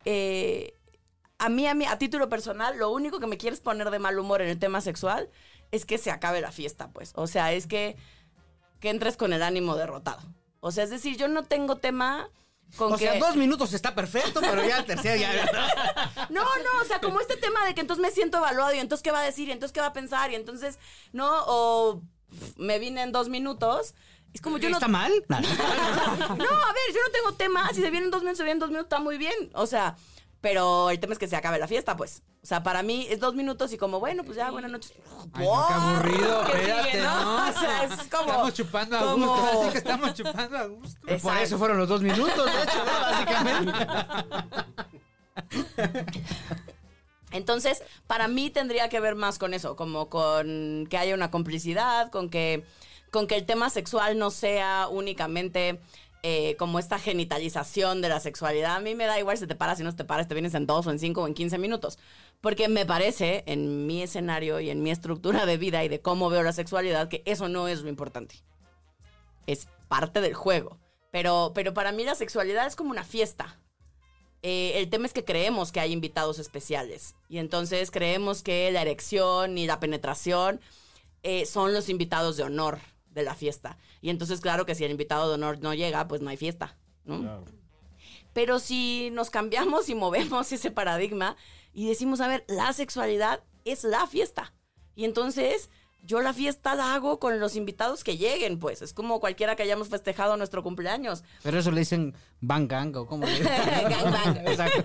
a mí, a título personal, lo único que me quieres poner de mal humor en el tema sexual es que se acabe la fiesta, pues. O sea, es que entres con el ánimo derrotado. O sea, es decir, yo no tengo tema con O sea, 2 minutos está perfecto, pero ya el tercero ya... No, o sea, como este tema de que entonces me siento evaluado y entonces qué va a decir y entonces qué va a pensar y entonces, ¿no? O me vine en 2 minutos... Es como yo ¿Está no... mal? No, a ver, yo no tengo tema. Si se vienen 2 minutos, está muy bien. O sea, pero el tema es que se acabe la fiesta, pues. O sea, para mí es 2 minutos y como, bueno, pues ya, buenas noches. Ay, no, qué aburrido, ¿Qué espérate, sigue, ¿no? O sea, es como... Estamos chupando a gusto, así que estamos chupando a gusto. Por Exacto. eso fueron los 2 minutos, de hecho, ¿no? Básicamente. Entonces, para mí tendría que ver más con eso, como con que haya una complicidad, con que el tema sexual no sea únicamente como esta genitalización de la sexualidad. A mí me da igual si te paras, si no te paras, te vienes en 2 o en 5 o en 15 minutos. Porque me parece, en mi escenario y en mi estructura de vida y de cómo veo la sexualidad, que eso no es lo importante. Es parte del juego. Pero para mí la sexualidad es como una fiesta. El tema es que creemos que hay invitados especiales. Y entonces creemos que la erección y la penetración son los invitados de honor de la fiesta. Y entonces, claro que si el invitado de honor no llega, pues no hay fiesta, ¿no? Claro. Pero si nos cambiamos y movemos ese paradigma y decimos, a ver, la sexualidad es la fiesta. Y entonces, yo la fiesta la hago con los invitados que lleguen, pues. Es como cualquiera que hayamos festejado nuestro cumpleaños. Pero eso le dicen bang gang o como... Gang bang. Exacto.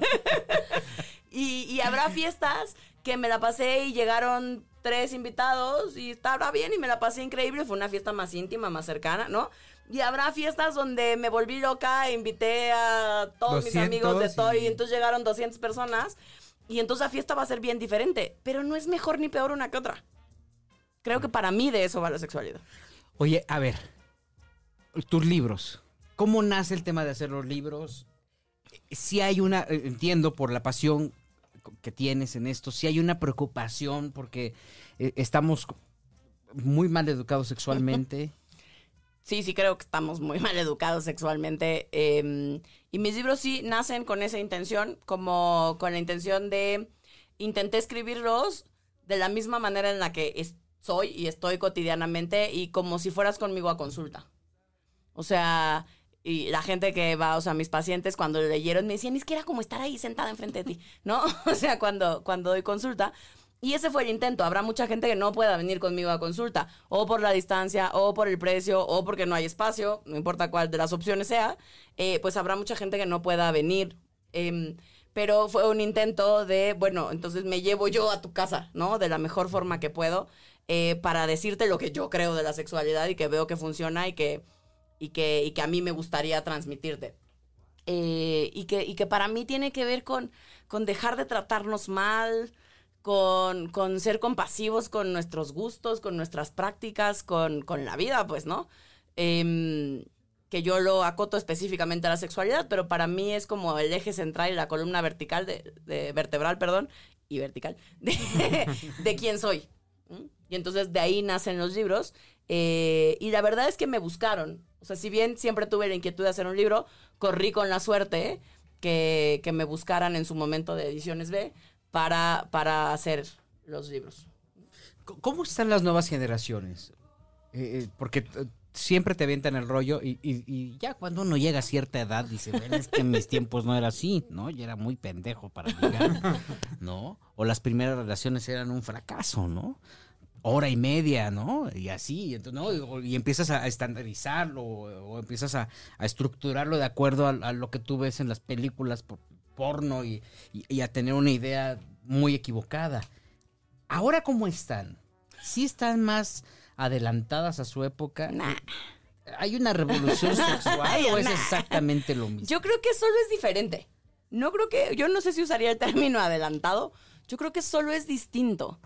Y habrá fiestas que me la pasé y llegaron 3 invitados y estaba bien y me la pasé increíble. Fue una fiesta más íntima, más cercana, ¿no? Y habrá fiestas donde me volví loca e invité a todos mis amigos de todo y entonces llegaron 200 personas y entonces la fiesta va a ser bien diferente. Pero no es mejor ni peor una que otra. Creo que para mí de eso va la sexualidad. Oye, a ver, tus libros. ¿Cómo nace el tema de hacer los libros? Si hay una, entiendo por la pasión que tienes en esto, si hay una preocupación porque estamos muy mal educados sexualmente. Sí, creo que estamos muy mal educados sexualmente. Y mis libros sí nacen con esa intención, como con la intención de... Intenté escribirlos de la misma manera en la que soy y estoy cotidianamente y como si fueras conmigo a consulta. O sea... Y la gente que va, o sea, mis pacientes cuando lo leyeron me decían, es que era como estar ahí sentada enfrente de ti, ¿no? O sea, cuando doy consulta. Y ese fue el intento. Habrá mucha gente que no pueda venir conmigo a consulta, o por la distancia, o por el precio, o porque no hay espacio, no importa cuál de las opciones sea, pues habrá mucha gente que no pueda venir. Pero fue un intento de, bueno, entonces me llevo yo a tu casa, ¿no? De la mejor forma que puedo, para decirte lo que yo creo de la sexualidad y que veo que funciona y que a mí me gustaría transmitirte. Y que para mí tiene que ver con dejar de tratarnos mal, con ser compasivos con nuestros gustos, con nuestras prácticas, con la vida, pues, ¿no? Que yo lo acoto específicamente a la sexualidad, pero para mí es como el eje central y la columna vertical vertebral, y vertical, de quién soy. Y entonces de ahí nacen los libros. Y la verdad es que me buscaron. O sea, si bien siempre tuve la inquietud de hacer un libro, corrí con la suerte que me buscaran en su momento de Ediciones B para hacer los libros. ¿Cómo están las nuevas generaciones? Porque siempre te avientan el rollo y ya cuando uno llega a cierta edad dice, bueno, es que en mis tiempos no era así, ¿no? Yo era muy pendejo para ligar, ¿no? O las primeras relaciones eran un fracaso, ¿no? Hora y media, ¿no? Y así, ¿no? Y empiezas a estandarizarlo o empiezas a estructurarlo de acuerdo a lo que tú ves en las películas porno y a tener una idea muy equivocada. ¿Ahora cómo están? ¿Sí están más adelantadas a su época? Nah. ¿Hay una revolución sexual o es exactamente lo mismo? Yo creo que solo es diferente. Yo no sé si usaría el término adelantado. Yo creo que solo es distinto.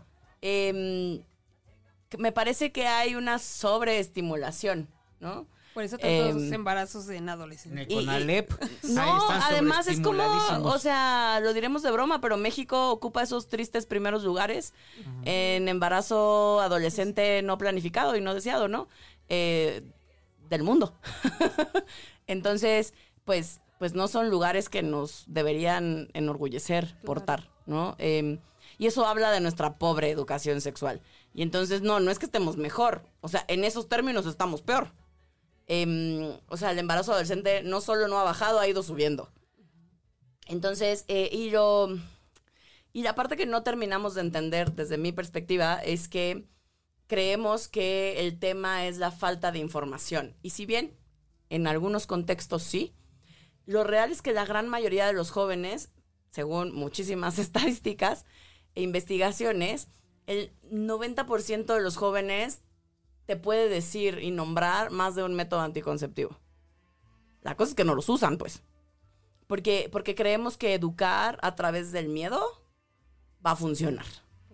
Me parece que hay una sobreestimulación, ¿no? Por eso tantos embarazos en adolescentes. Con Alep. No, además es como, o sea, lo diremos de broma, pero México ocupa esos tristes primeros lugares en embarazo adolescente no planificado y no deseado, ¿no? Del mundo. Entonces, pues no son lugares que nos deberían enorgullecer, portar, ¿no? Y eso habla de nuestra pobre educación sexual. Y entonces, no es que estemos mejor. O sea, en esos términos estamos peor. O sea, el embarazo adolescente no solo no ha bajado, ha ido subiendo. Entonces, y la parte que no terminamos de entender desde mi perspectiva es que creemos que el tema es la falta de información. Y si bien en algunos contextos sí, lo real es que la gran mayoría de los jóvenes, según muchísimas estadísticas e investigaciones, el 90% de los jóvenes te puede decir y nombrar más de un método anticonceptivo. La cosa es que no los usan, pues. Porque creemos que educar a través del miedo va a funcionar.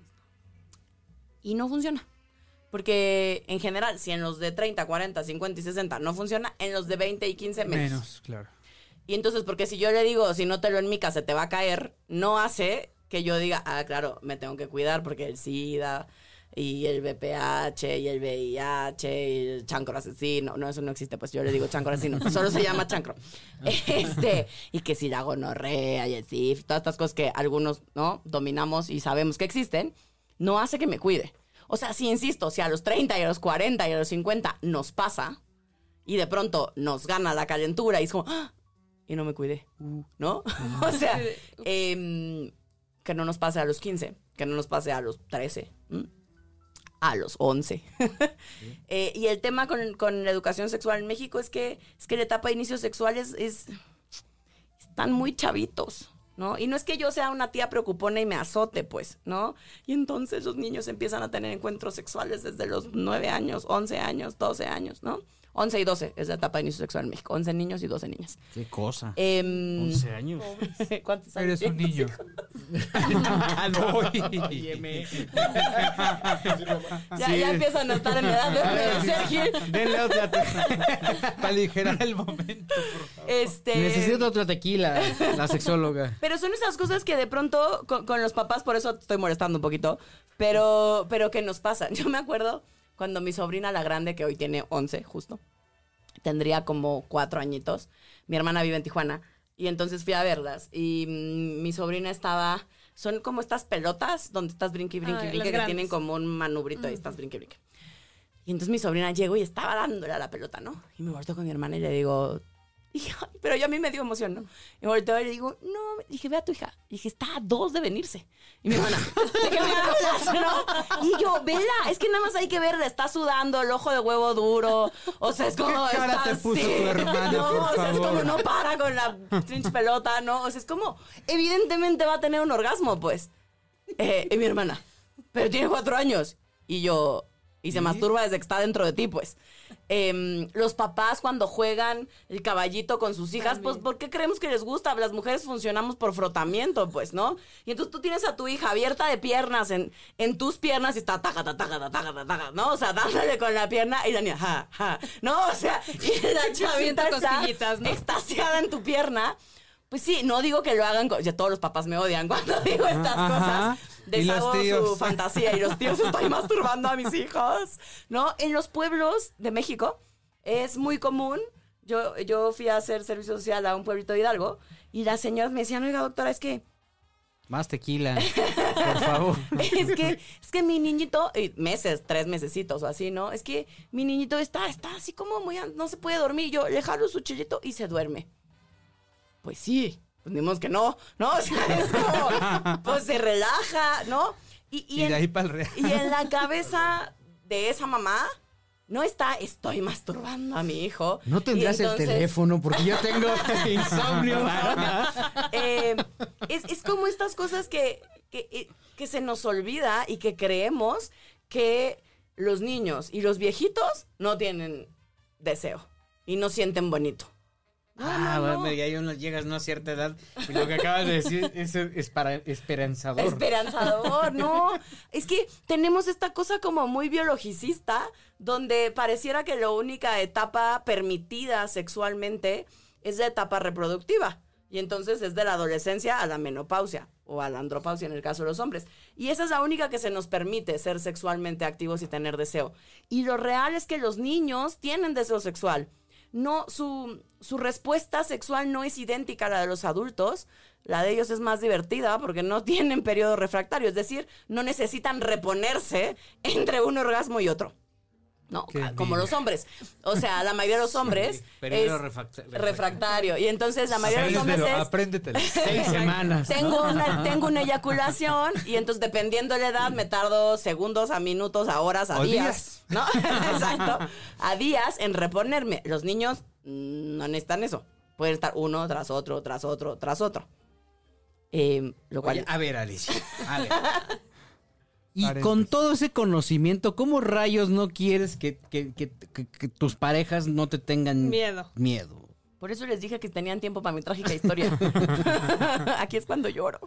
Y no funciona. Porque en general, si en los de 30, 40, 50 y 60 no funciona, en los de 20 y 15 menos. Menos, claro. Y entonces, porque si yo le digo, si no te lo enmicas, se te va a caer, no hace que yo diga, claro, me tengo que cuidar porque el SIDA y el VPH y el VIH y el chancro asesino, no, eso no existe, pues yo le digo chancro asesino, solo se llama chancro. Y que si la gonorrea y el SIF, todas estas cosas que algunos, ¿no?, dominamos y sabemos que existen, no hace que me cuide. O sea, si insisto, si a los 30 y a los 40 y a los 50 nos pasa y de pronto nos gana la calentura y es como, y no me cuidé, ¿no? O sea, que no nos pase a los 15, que no nos pase a los 13, a los 11. Y el tema con la educación sexual en México es que la etapa de inicios sexuales están muy chavitos, ¿no? Y no es que yo sea una tía preocupona y me azote, pues, ¿no? Y entonces los niños empiezan a tener encuentros sexuales desde los 9 años, 11 años, 12 años, ¿no? 11 y 12 es la etapa de inicio sexual en México. 11 niños y 12 niñas. ¿Qué cosa? 11 años. ¿Cuántos años? Eres un niño. Ya empiezan a estar en edad de Sergio. Denle otra Para aligerar el momento, por favor. Necesito otra tequila, la sexóloga. Pero son esas cosas que de pronto con los papás, por eso te estoy molestando un poquito, pero que nos pasan. Yo me acuerdo cuando mi sobrina, la grande, que hoy tiene 11 justo, tendría como 4 añitos. Mi hermana vive en Tijuana y entonces fui a verlas y mi sobrina son como estas pelotas donde estás brinque y brinque y brinque, que tienen como un manubrito y estás brinque y brinque. Y entonces mi sobrina llegó y estaba dándole a la pelota, ¿no? Y me volteó con mi hermana y le digo, hija, pero ya a mí me dio emoción, ¿no? Y volteó y le digo, no, dije, ve a tu hija. Y dije, está a 2 de venirse. Y mi hermana, ¿de qué me hablas, no? Y yo, vela, es que nada más hay que verla, está sudando, el ojo de huevo duro. O sea, es como, ¿qué cara está te puso así, tu hermana, no, por o sea, es favor? como no para con la trinch pelota, ¿no? O sea, es como, evidentemente va a tener un orgasmo, pues. Y mi hermana, pero tiene 4 años. Y yo, y se masturba desde que está dentro de ti, pues. Los papás cuando juegan el caballito con sus hijas, pues ¿por qué creemos que les gusta? Las mujeres funcionamos por frotamiento, pues, ¿no? Y entonces tú tienes a tu hija abierta de piernas en tus piernas y está taca, ¿no? O sea, dándole con la pierna y la niña, ja, ¿no? O sea, y la chavita está, ¿no?, extasiada en tu pierna. Pues sí, no digo que lo hagan, ya todos los papás me odian cuando digo estas cosas. Deshago su fantasía y los tíos, estoy masturbando a mis hijos, ¿no? En los pueblos de México Es muy común. Yo fui a hacer servicio social a un pueblito de Hidalgo y las señoras me decían, oiga, doctora, es que Más tequila, por favor. es que mi niñito, 3 mesecitos o así, ¿no? Es que mi niñito está así como no se puede dormir. Yo le jalo su chillito y se duerme. Pues sí, pues ni modo que no, o sea, es como, pues se relaja, ¿no? Y de ahí para el real. Y en la cabeza de esa mamá no estoy masturbando a mi hijo. No tendrás el teléfono porque yo tengo insomnio. Es como estas cosas que se nos olvida y que creemos que los niños y los viejitos no tienen deseo y no sienten bonito. No. Bueno, ya llegas a cierta edad y lo que acabas de decir es esperanzador. Esperanzador, no. Es que tenemos esta cosa como muy biologicista, donde pareciera que la única etapa permitida sexualmente es la etapa reproductiva. Y entonces es de la adolescencia a la menopausia o a la andropausia en el caso de los hombres. Y esa es la única que se nos permite ser sexualmente activos y tener deseo. Y lo real es que los niños tienen deseo sexual. No, su respuesta sexual no es idéntica a la de los adultos. La de ellos es más divertida porque no tienen periodo refractario. Es decir, no necesitan reponerse entre un orgasmo y otro. No, como los hombres. O sea, la mayoría de los hombres periodo es refractario. Y entonces la mayoría de los hombres es... Apréndetelo. 6 semanas. Tengo una eyaculación y entonces dependiendo de la edad me tardo segundos a minutos, a horas, a días. ¿No? Exacto. A días en reponerme. Los niños no necesitan eso. Pueden estar uno tras otro, tras otro, tras otro. Lo cual... Oye, a ver, Alicia. A ver. Y con todo ese conocimiento, ¿cómo rayos no quieres que tus parejas no te tengan miedo? Por eso les dije que tenían tiempo para mi trágica historia. Aquí es cuando lloro.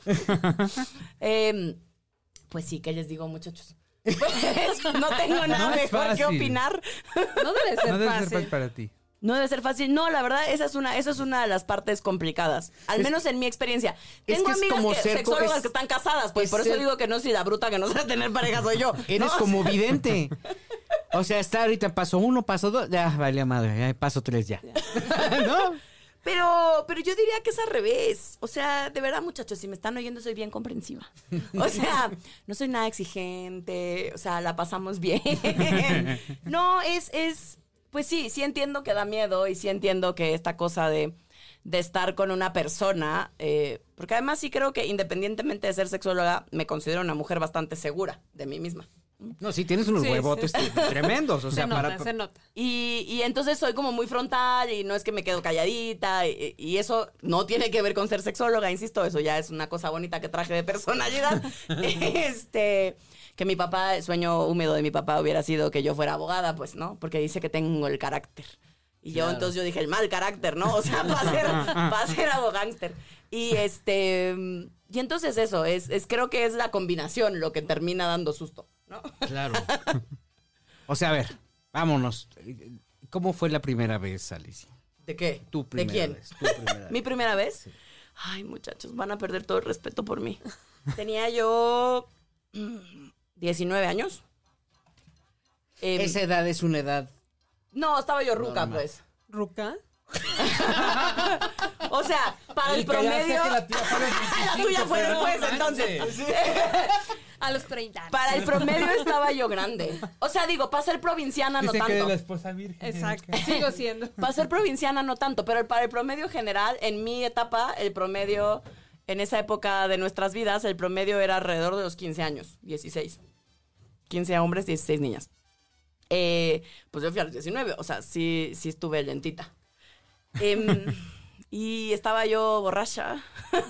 Pues sí, ¿qué les digo, muchachos? Pues no tengo nada mejor que opinar. No debe ser fácil para ti. No debe ser fácil. No, la verdad, esa es una de las partes complicadas. Al menos en mi experiencia. Tengo amigas sexólogas que están casadas, pues por eso digo que no soy la bruta que no sabe tener pareja, soy yo. Eres como vidente. O sea, está ahorita paso 1, paso 2, ya, vale madre, ya, paso 3 ya. ¿No? Pero yo diría que es al revés. O sea, de verdad, muchachos, si me están oyendo, soy bien comprensiva. O sea, no soy nada exigente. O sea, la pasamos bien. No, pues sí entiendo que da miedo y sí entiendo que esta cosa de estar con una persona, porque además sí creo que independientemente de ser sexóloga, me considero una mujer bastante segura de mí misma. No, sí, tienes unos huevotes tremendos, o sea, se nota. Y entonces soy como muy frontal y no es que me quedo calladita y eso no tiene que ver con ser sexóloga, insisto, eso ya es una cosa bonita que traje de personalidad. Que mi papá, el sueño húmedo de mi papá hubiera sido que yo fuera abogada, pues, ¿no? Porque dice que tengo el carácter. Y yo, entonces yo dije, el mal carácter, ¿no? O sea, para ser abogánster. Y entonces eso, creo que es la combinación lo que termina dando susto, ¿no? Claro. O sea, a ver, vámonos. ¿Cómo fue la primera vez, Alicia? ¿De qué? Tu primera ¿De quién? vez. Tu primera vez. ¿Mi primera vez? Sí. Ay, muchachos, van a perder todo el respeto por mí. Tenía yo 19 años. Esa edad es una edad... No, estaba yo ruca, no. pues. ¿Ruca? O sea, para el promedio... La tuya fue después, entonces. A los 30 años. Para el promedio estaba yo grande. O sea, digo, para ser provinciana no Dice que de tanto. la esposa virgen. Exacto, sigo siendo. Para ser provinciana no tanto, pero para el promedio general, en mi etapa, el promedio, en esa época de nuestras vidas, el promedio era alrededor de los 15 años, 16. 15 hombres, 16 niñas. Pues yo fui a los 19, o sea, sí estuve lentita. Y estaba yo borracha.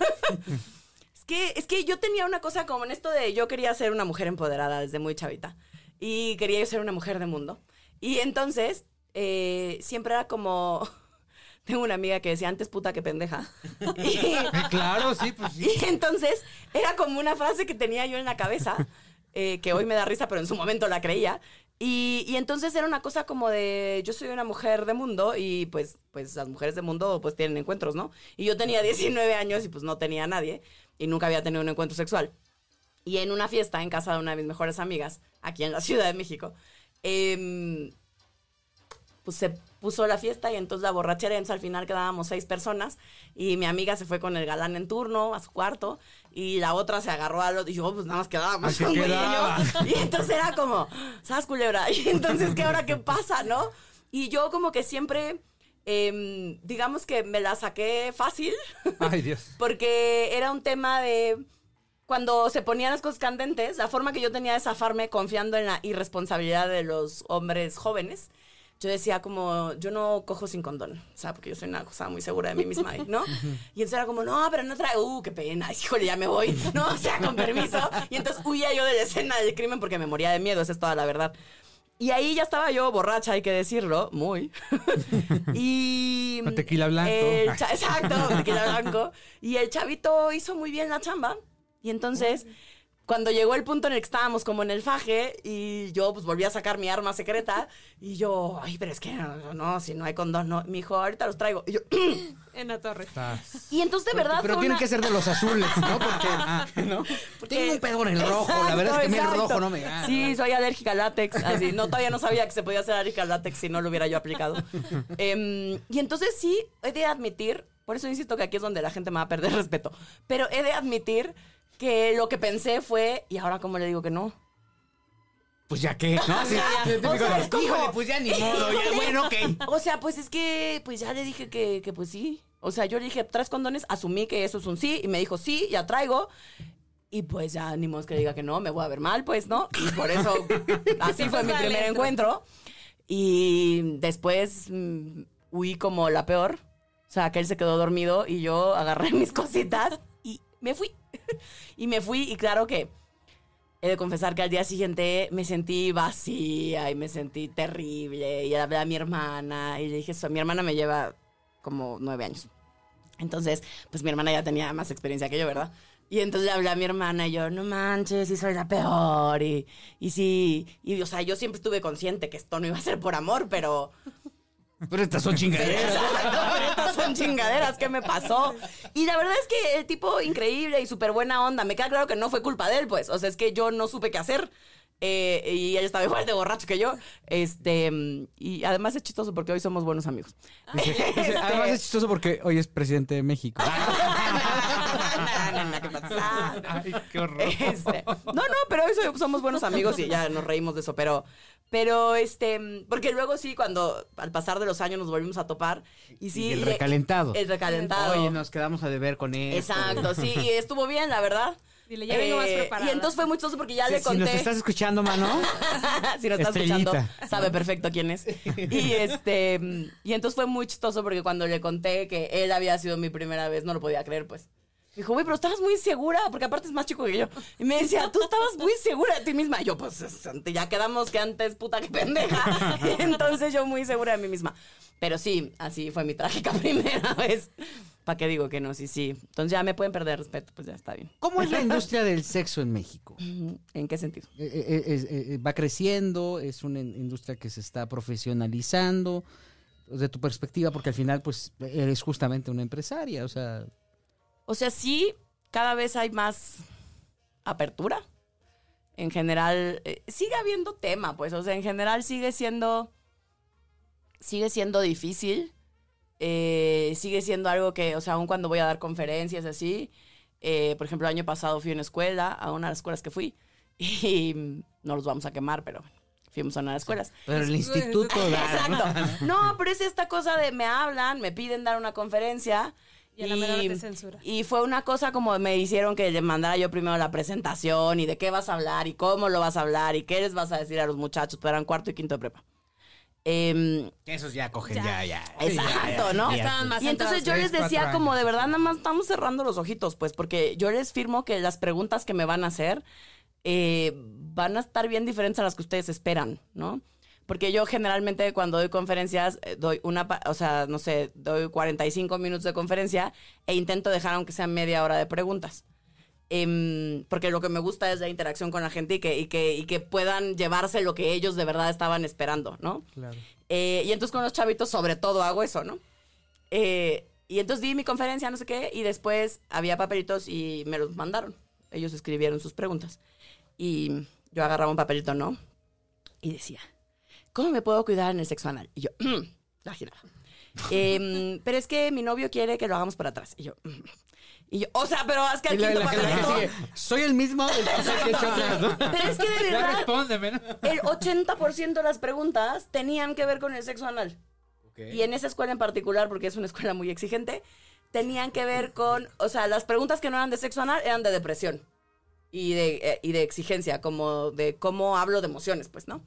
Es que yo tenía una cosa como en esto de yo quería ser una mujer empoderada desde muy chavita. Y quería yo ser una mujer de mundo. Y entonces, siempre era como... Tengo una amiga que decía antes puta que pendeja. Claro, sí, pues sí. Y entonces, era como una frase que tenía yo en la cabeza, que hoy me da risa, pero en su momento la creía. Y entonces era una cosa como de, yo soy una mujer de mundo y pues las mujeres de mundo pues tienen encuentros, ¿no? Y yo tenía 19 años y pues no tenía a nadie y nunca había tenido un encuentro sexual. Y en una fiesta en casa de una de mis mejores amigas, aquí en la Ciudad de México, pues se puso la fiesta y entonces la borrachera, entonces al final quedábamos 6 personas y mi amiga se fue con el galán en turno a su cuarto y la otra se agarró al otro y yo pues nada más quedábamos un güey y yo. Y entonces era como, ¿sabes, culebra? Y entonces, ¿qué ahora qué pasa, no? Y yo como que siempre, digamos que me la saqué fácil. Ay, Dios. Porque era un tema de... Cuando se ponían las cosas candentes, la forma que yo tenía de zafarme confiando en la irresponsabilidad de los hombres jóvenes, yo decía como, yo no cojo sin condón, o sea, porque yo soy una cosa muy segura de mí misma, ¿no? Y entonces era como, no, pero no trae, qué pena, híjole, ya me voy, no, o sea, con permiso. Y entonces huía yo de la escena del crimen porque me moría de miedo, esa es toda la verdad. Y ahí ya estaba yo borracha, hay que decirlo, muy. Y... Con tequila blanco. Exacto, con tequila blanco. Y el chavito hizo muy bien la chamba. Y entonces, cuando llegó el punto en el que estábamos como en el faje, y yo pues volví a sacar mi arma secreta, y yo, ay, pero es que no, si no hay condón, no. Me dijo, ahorita los traigo. Y yo, En la torre. y entonces de verdad Pero fue tienen una... que ser de los azules, ¿no? Porque, ¿no? Tengo un pedo en el rojo. La verdad es que a mí el rojo no me gana. Sí, soy alérgica al látex. Así, no, todavía no sabía que se podía ser alérgica al látex si no lo hubiera yo aplicado. Y entonces sí, he de admitir, por eso insisto que aquí es donde la gente me va a perder respeto, pero he de admitir que lo que pensé fue, ¿y ahora cómo le digo que no? Pues ya qué, ¿no? Sí, O sea, es como- híjole, pues ya ni modo, ya, bueno, ok. O sea, pues es que, pues ya le dije que pues sí. O sea, yo le dije, ¿traes condones? Asumí que eso es un sí. Y me dijo, sí, ya traigo. Y pues ya, ni modo que diga que no, me voy a ver mal, pues, ¿no? Y por eso, así fue mi primer encuentro. Y después huí como la peor. O sea, que él se quedó dormido y yo agarré mis cositas y me fui. Y me fui y claro que he de confesar que al día siguiente me sentí vacía y me sentí terrible. Y hablé a mi hermana y le dije eso. Mi hermana me lleva como 9 años. Entonces, pues mi hermana ya tenía más experiencia que yo, ¿verdad? Y entonces le hablé a mi hermana y yo, no manches, sí soy la peor. Y sí, y o sea, yo siempre estuve consciente que esto no iba a ser por amor, pero... Pero estas son chingaderas. Exacto, pero estas son chingaderas, ¿qué me pasó? Y la verdad es que el tipo increíble y súper buena onda, me queda claro que no fue culpa de él, pues. O sea, es que yo no supe qué hacer. Y él estaba igual de borracho que yo. Y además es chistoso porque hoy somos buenos amigos. Además es chistoso porque hoy es presidente de México. ¿Qué pasa? Ay, qué horror. No, pero hoy somos buenos amigos y ya nos reímos de eso, pero porque luego sí, cuando al pasar de los años nos volvimos a topar y sí. Y el recalentado. El recalentado. Oye, nos quedamos a deber con él. Exacto, sí, y estuvo bien, la verdad. Dile, ya vengo más preparada. Y entonces fue muy chistoso porque ya le Si conté. nos estás escuchando, mano. Si nos estás Estrellita. escuchando, sabe perfecto quién es. Y entonces fue muy chistoso porque cuando le conté que él había sido mi primera vez, no lo podía creer, pues. Me dijo, güey, pero estabas muy segura, porque aparte es más chico que yo. Y me decía, tú estabas muy segura de ti misma. Y yo, pues, ya quedamos que antes puta que pendeja. Y entonces yo muy segura de mí misma. Pero sí, así fue mi trágica primera vez. ¿Para qué digo que no? Sí. Entonces ya me pueden perder respeto, pues ya está bien. ¿Cómo es la industria del sexo en México? ¿En qué sentido? Va creciendo, es una industria que se está profesionalizando. De tu perspectiva, porque al final, pues, eres justamente una empresaria, o sea... O sea, sí, cada vez hay más apertura. En general, sigue habiendo tema, pues. O sea, en general sigue siendo difícil. Sigue siendo algo que, o sea, aun cuando voy a dar conferencias así, por ejemplo, el año pasado fui a una escuela, a una de las escuelas que fui, y no los vamos a quemar, pero fuimos a una de las escuelas. Pero el instituto... Exacto. No, pero es esta cosa de me hablan, me piden dar una conferencia... Y a la mera hora te censura. Y fue una cosa como me hicieron que le mandara yo primero la presentación y de qué vas a hablar y cómo lo vas a hablar y qué les vas a decir a los muchachos, pues eran 4º y 5º de prepa. Esos ya cogen, ya. Exacto, ¿no? Estaban más Y entonces yo 3, les decía 4 como años. de verdad nada más estamos cerrando los ojitos, pues, porque yo les firmo que las preguntas que me van a hacer van a estar bien diferentes a las que ustedes esperan, ¿no? Porque yo generalmente cuando doy conferencias doy doy 45 minutos de conferencia e intento dejar aunque sea media hora de preguntas. Porque lo que me gusta es la interacción con la gente y que puedan llevarse lo que ellos de verdad estaban esperando, ¿no? Claro. Y entonces con los chavitos sobre todo hago eso, ¿no? Y entonces di mi conferencia, no sé qué, y después había papelitos y me los mandaron. Ellos escribieron sus preguntas. Y yo agarraba un papelito, ¿no? Y decía, ¿cómo me puedo cuidar en el sexo anal? Y yo, la giraba. Pero es que mi novio quiere que lo hagamos para atrás. Y yo, o sea, pero es que al quinto cuadradito... Soy el mismo que he hecho atrás, ¿no? Pero es que de Ya verdad, respóndeme, ¿no? el 80% de las preguntas tenían que ver con el sexo anal. Okay. Y en esa escuela en particular, porque es una escuela muy exigente, tenían que ver con, o sea, las preguntas que no eran de sexo anal eran de depresión y de exigencia, como de cómo hablo de emociones, pues, ¿no?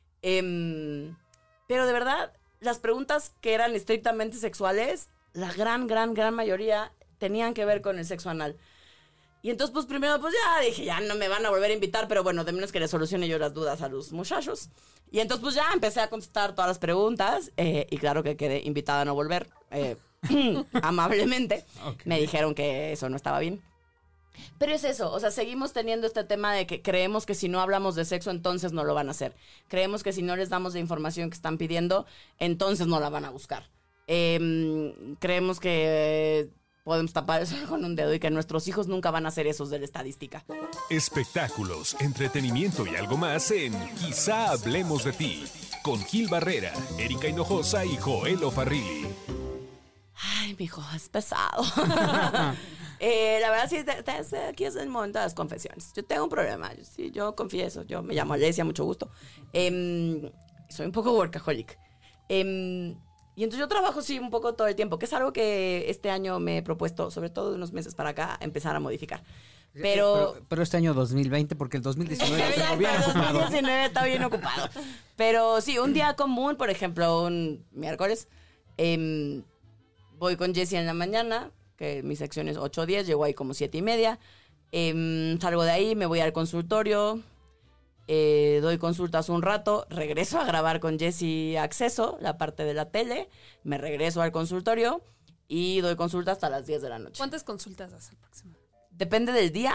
Pero de verdad, las preguntas que eran estrictamente sexuales, la gran mayoría tenían que ver con el sexo anal. Y entonces, pues primero, pues ya dije, ya no me van a volver a invitar, pero bueno, de menos que les solucione yo las dudas a los muchachos. Y entonces, pues ya empecé a contestar todas las preguntas y claro que quedé invitada a no volver, amablemente. Okay. Me dijeron que eso no estaba bien. Pero es eso, o sea, seguimos teniendo este tema de que creemos que si no hablamos de sexo, entonces no lo van a hacer. Creemos que si no les damos la información que están pidiendo, entonces no la van a buscar. Creemos que podemos tapar eso con un dedo y que nuestros hijos nunca van a ser esos de la estadística. Espectáculos, entretenimiento y algo más en Quizá hablemos de ti. Con Gil Barrera, Erika Hinojosa y Joel Farrilli. Ay, mijo, es pesado. La verdad, sí, aquí es el momento de las confesiones. Yo tengo un problema, yo confieso. Yo me llamo Alesia, mucho gusto. Soy un poco workaholic. Y entonces yo trabajo, sí, un poco todo el tiempo, que es algo que este año me he propuesto, sobre todo de unos meses para acá, empezar a modificar. Pero este año 2020, porque el 2019 está bien el ocupado. 2019 está bien ocupado. Pero sí, un día común, por ejemplo, un miércoles, voy con Jessie en la mañana, que mi sección es 8 o 10, llego ahí como 7:30. Salgo de ahí, me voy al consultorio, doy consultas un rato, regreso a grabar con Jessie Acceso, la parte de la tele, me regreso al consultorio y doy consulta hasta las 10 de la noche. ¿Cuántas consultas das aproximadamente? Depende del día,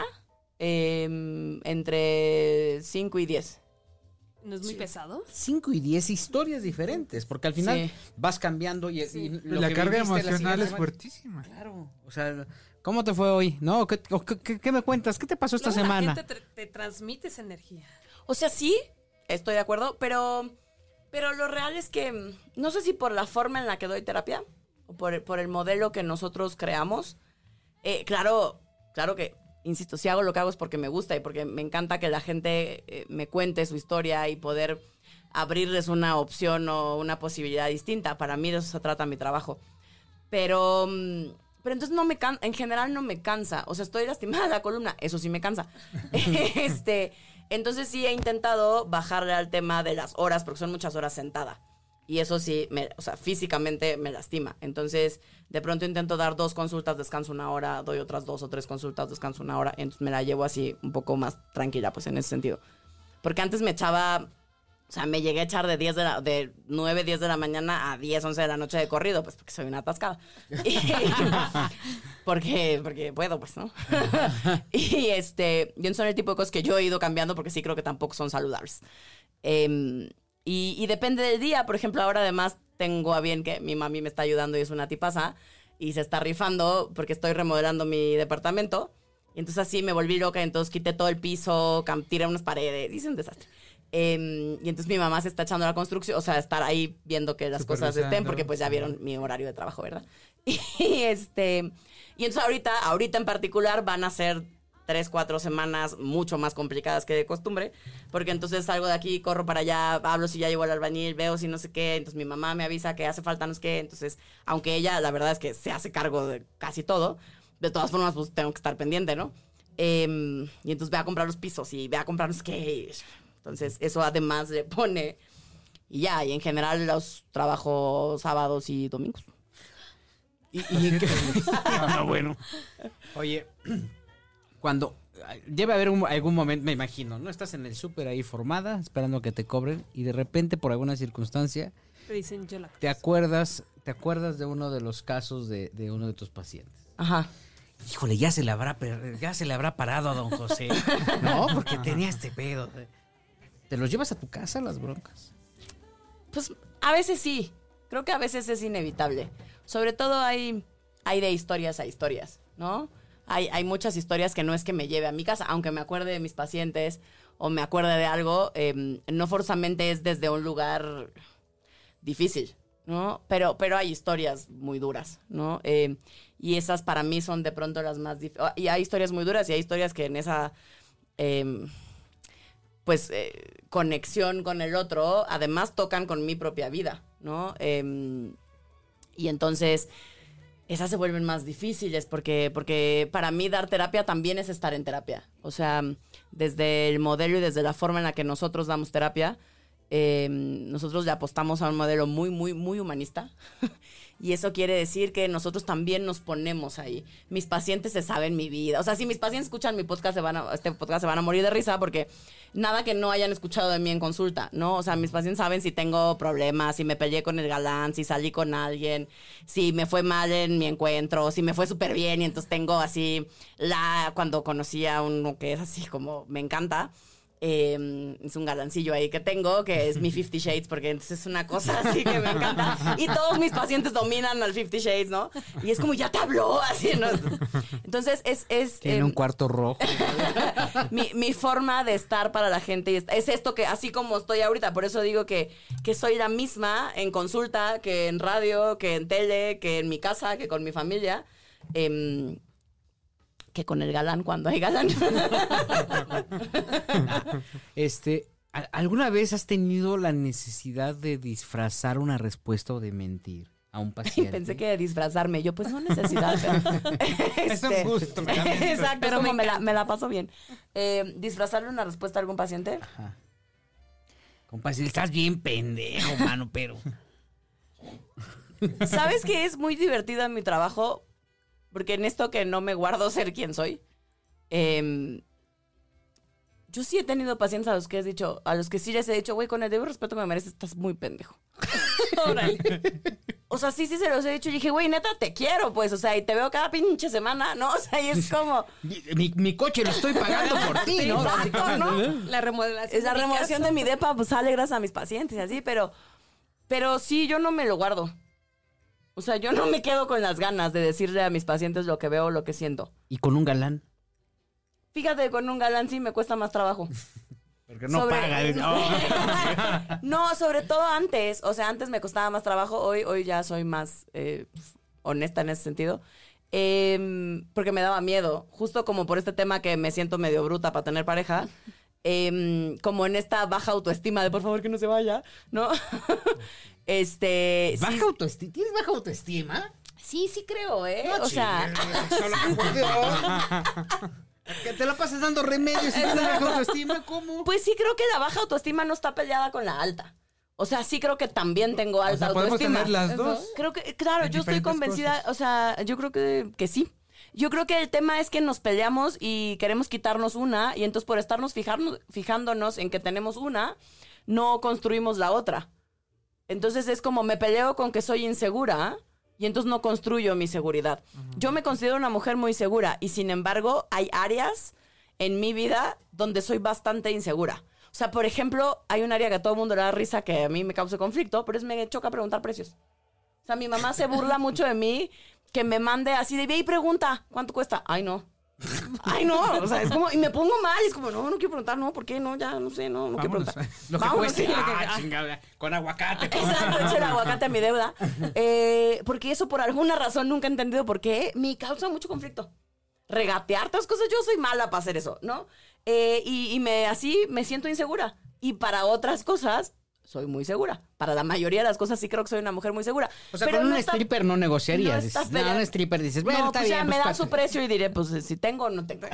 entre 5 y 10. ¿No es muy pesado? 5 y 10 historias diferentes, porque al final Sí. vas cambiando y lo La que carga viviste emocional siguiente es semana. fuertísima. Claro, o sea, ¿cómo te fue hoy? ¿No? ¿Qué me cuentas? ¿Qué te pasó esta Luego semana? La gente te transmite esa energía. O sea, sí, estoy de acuerdo, pero lo real es que no sé si por la forma en la que doy terapia o por el modelo que nosotros creamos. Claro que, insisto, si hago lo que hago es porque me gusta y porque me encanta que la gente me cuente su historia y poder abrirles una opción o una posibilidad distinta. Para mí de eso se trata mi trabajo. Pero entonces en general no me cansa. O sea, estoy lastimada de la columna, eso sí me cansa. Entonces sí he intentado bajarle al tema de las horas, porque son muchas horas sentada. Y eso sí, físicamente me lastima. Entonces, de pronto intento dar 2 consultas, descanso 1 hora, doy otras 2 o 3 consultas, descanso 1 hora. Entonces me la llevo así un poco más tranquila, pues en ese sentido. Porque antes me echaba, me llegué a echar de 9, 10 de la mañana a 10, 11 de la noche de corrido, pues porque soy una atascada. Porque puedo, pues, ¿no? Y son el tipo de cosas que yo he ido cambiando porque sí creo que tampoco son saludables. Y depende del día. Por ejemplo, ahora además tengo a bien que mi mami me está ayudando y es una tipaza y se está rifando porque estoy remodelando mi departamento. Y entonces así me volví loca, entonces quité todo el piso, tiré unas paredes, hice un desastre. Y entonces mi mamá se está echando a la construcción, o sea, estar ahí viendo que las cosas estén, porque pues ya vieron mi horario de trabajo, ¿verdad? Y entonces ahorita en particular van a ser 3, 4 semanas mucho más complicadas que de costumbre, porque entonces salgo de aquí, corro para allá, hablo si ya llegó el albañil, veo si no sé qué, entonces mi mamá me avisa que hace falta no sé qué, entonces, aunque ella la verdad es que se hace cargo de casi todo, de todas formas pues tengo que estar pendiente, ¿no? Y entonces ve a comprar los pisos y ve a comprar no sé qué, entonces eso además le pone, y en general los trabajo sábados y domingos. Bueno. Oye, cuando debe haber algún momento, me imagino, ¿no? Estás en el súper ahí formada, esperando que te cobren, y de repente, por alguna circunstancia, Te dicen yo la te acuerdas de uno de los casos de uno de tus pacientes. Ajá. Híjole, ya se le habrá parado a don José. No, porque tenía este pedo. ¿Te los llevas a tu casa las broncas? Pues a veces sí. Creo que a veces es inevitable. Sobre todo hay de historias a historias, ¿no? Hay muchas historias que no es que me lleve a mi casa, aunque me acuerde de mis pacientes o me acuerde de algo, no forzosamente es desde un lugar difícil, ¿no? Pero hay historias muy duras, ¿no? Y esas para mí son de pronto las más difíciles. Y hay historias muy duras y hay historias que en esa... conexión con el otro, además tocan con mi propia vida, ¿no? Y entonces esas se vuelven más difíciles porque para mí dar terapia también es estar en terapia. O sea, desde el modelo y desde la forma en la que nosotros damos terapia, nosotros le apostamos a un modelo muy, muy, muy humanista. Y eso quiere decir que nosotros también nos ponemos ahí. Mis pacientes se saben mi vida. O sea, si mis pacientes escuchan mi podcast, este podcast se van a morir de risa porque nada que no hayan escuchado de mí en consulta, ¿no? O sea, mis pacientes saben si tengo problemas, si me peleé con el galán, si salí con alguien, si me fue mal en mi encuentro, si me fue súper bien y entonces tengo así cuando conocí a uno que es así como me encanta. Es un galancillo ahí que tengo, que es mi 50 Shades, porque entonces es una cosa así que me encanta. Y todos mis pacientes dominan al 50 Shades, ¿no? Y es como, ya te habló, así, ¿no? Entonces es Tiene un cuarto rojo. mi forma de estar para la gente y es esto que, así como estoy ahorita, por eso digo que soy la misma en consulta, que en radio, que en tele, que en mi casa, que con mi familia. Que con el galán cuando hay galán. ¿Alguna vez has tenido la necesidad de disfrazar una respuesta o de mentir a un paciente? Pensé que de disfrazarme. Yo, pues no necesidad. Es un gusto. Exacto, pero como me la paso bien. ¿Disfrazarle una respuesta a algún paciente? Ajá. Compadre, estás bien pendejo, mano, pero... ¿Sabes qué es muy divertido en mi trabajo? Porque en esto que no me guardo ser quien soy, yo sí he tenido pacientes a los que sí les he dicho, güey, con el debido respeto que me mereces, estás muy pendejo. Órale. O sea, sí se los he dicho. Y dije, güey, neta, te quiero, pues. O sea, y te veo cada pinche semana, ¿no? O sea, y es como... Mi coche lo estoy pagando por ti, ¿no? Exacto, ¿no? La remodelación. La remodelación de mi depa, pues sale gracias a mis pacientes y así, pero sí, yo no me lo guardo. O sea, yo no me quedo con las ganas de decirle a mis pacientes lo que veo, lo que siento. ¿Y con un galán? Fíjate, con un galán sí me cuesta más trabajo. Porque no paga. No, sobre todo antes. O sea, antes me costaba más trabajo. Hoy ya soy más honesta en ese sentido. Porque me daba miedo. Justo como por este tema que me siento medio bruta para tener pareja. Como en esta baja autoestima de por favor que no se vaya, ¿no? ¿Baja autoestima? ¿Tienes baja autoestima? Sí creo, No, o sea... Que te la pases dando remedios y tienes baja autoestima, ¿cómo? Pues sí creo que la baja autoestima no está peleada con la alta. O sea, sí creo que también tengo alta podemos autoestima. tener las dos. Creo que, claro, yo estoy convencida, cosas. O sea, yo creo que sí. Yo creo que el tema es que nos peleamos y queremos quitarnos una, y entonces por estarnos fijándonos en que tenemos una, no construimos la otra. Entonces es como me peleo con que soy insegura y entonces no construyo mi seguridad. Yo me considero una mujer muy segura y sin embargo hay áreas en mi vida donde soy bastante insegura. O sea, por ejemplo, hay un área que a todo el mundo le da risa que a mí me causa conflicto, pero me choca preguntar precios. O sea, mi mamá se burla mucho de mí, que me mande así de ve y pregunta, ¿cuánto cuesta? Ay, no. Ay, no, o sea, es como, y me pongo mal, y es como, no quiero preguntar, no, ¿por qué? No, ya, no sé, no quiero preguntar. Lo que Vámonos, cueste, sí, chingada, con aguacate. Exacto, eche el aguacate a mi deuda. Porque eso por alguna razón nunca he entendido por qué me causa mucho conflicto. Regatear otras cosas, yo soy mala para hacer eso, ¿no? Así me siento insegura. Y para otras cosas, soy muy segura. Para la mayoría de las cosas sí creo que soy una mujer muy segura. O sea, pero con un stripper no negociarías. No, un stripper dices, bueno, está pues bien. Ya me da su precio y diré, pues si tengo o no tengo.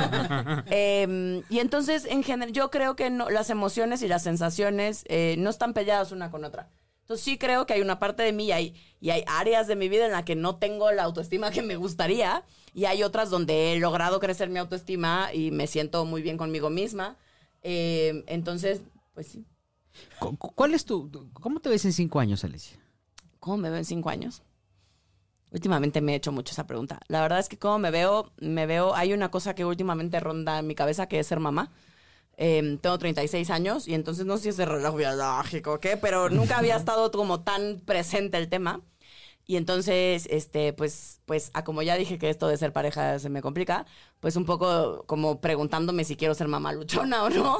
Y entonces, en general, yo creo que las emociones y las sensaciones no están peleadas una con otra. Entonces sí creo que hay una parte de mí y hay áreas de mi vida en la que no tengo la autoestima que me gustaría y hay otras donde he logrado crecer mi autoestima y me siento muy bien conmigo misma. Entonces, pues sí. ¿Cómo te ves en 5 años, Alicia? ¿Cómo me veo en 5 años? Últimamente me he hecho mucho esa pregunta. La verdad es que cómo me veo, hay una cosa que últimamente ronda en mi cabeza que es ser mamá. Tengo 36 años y entonces no sé si es de reloj biológico o qué, pero nunca había estado como tan presente el tema. Y entonces, pues, como ya dije que esto de ser pareja se me complica, pues un poco como preguntándome si quiero ser mamá luchona o no.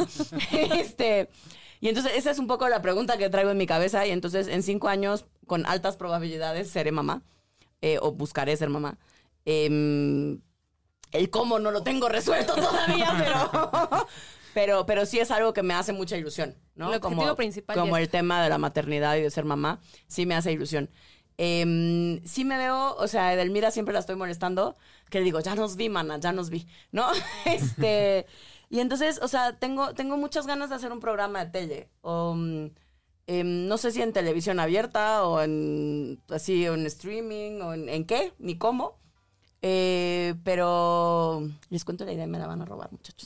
Y entonces esa es un poco la pregunta que traigo en mi cabeza. Y entonces en 5 años, con altas probabilidades, seré mamá. O buscaré ser mamá. El cómo no lo tengo resuelto todavía, pero sí es algo que me hace mucha ilusión, ¿no? El objetivo principal como ya el tema de la maternidad y de ser mamá, sí me hace ilusión. Sí me veo, o sea, Edelmira siempre la estoy molestando, que le digo, ya nos vi, mana, ya nos vi, ¿no? Y entonces, o sea, tengo muchas ganas de hacer un programa de tele, o no sé si en televisión abierta, o en streaming, o en qué, ni cómo, pero les cuento la idea y me la van a robar, muchachos.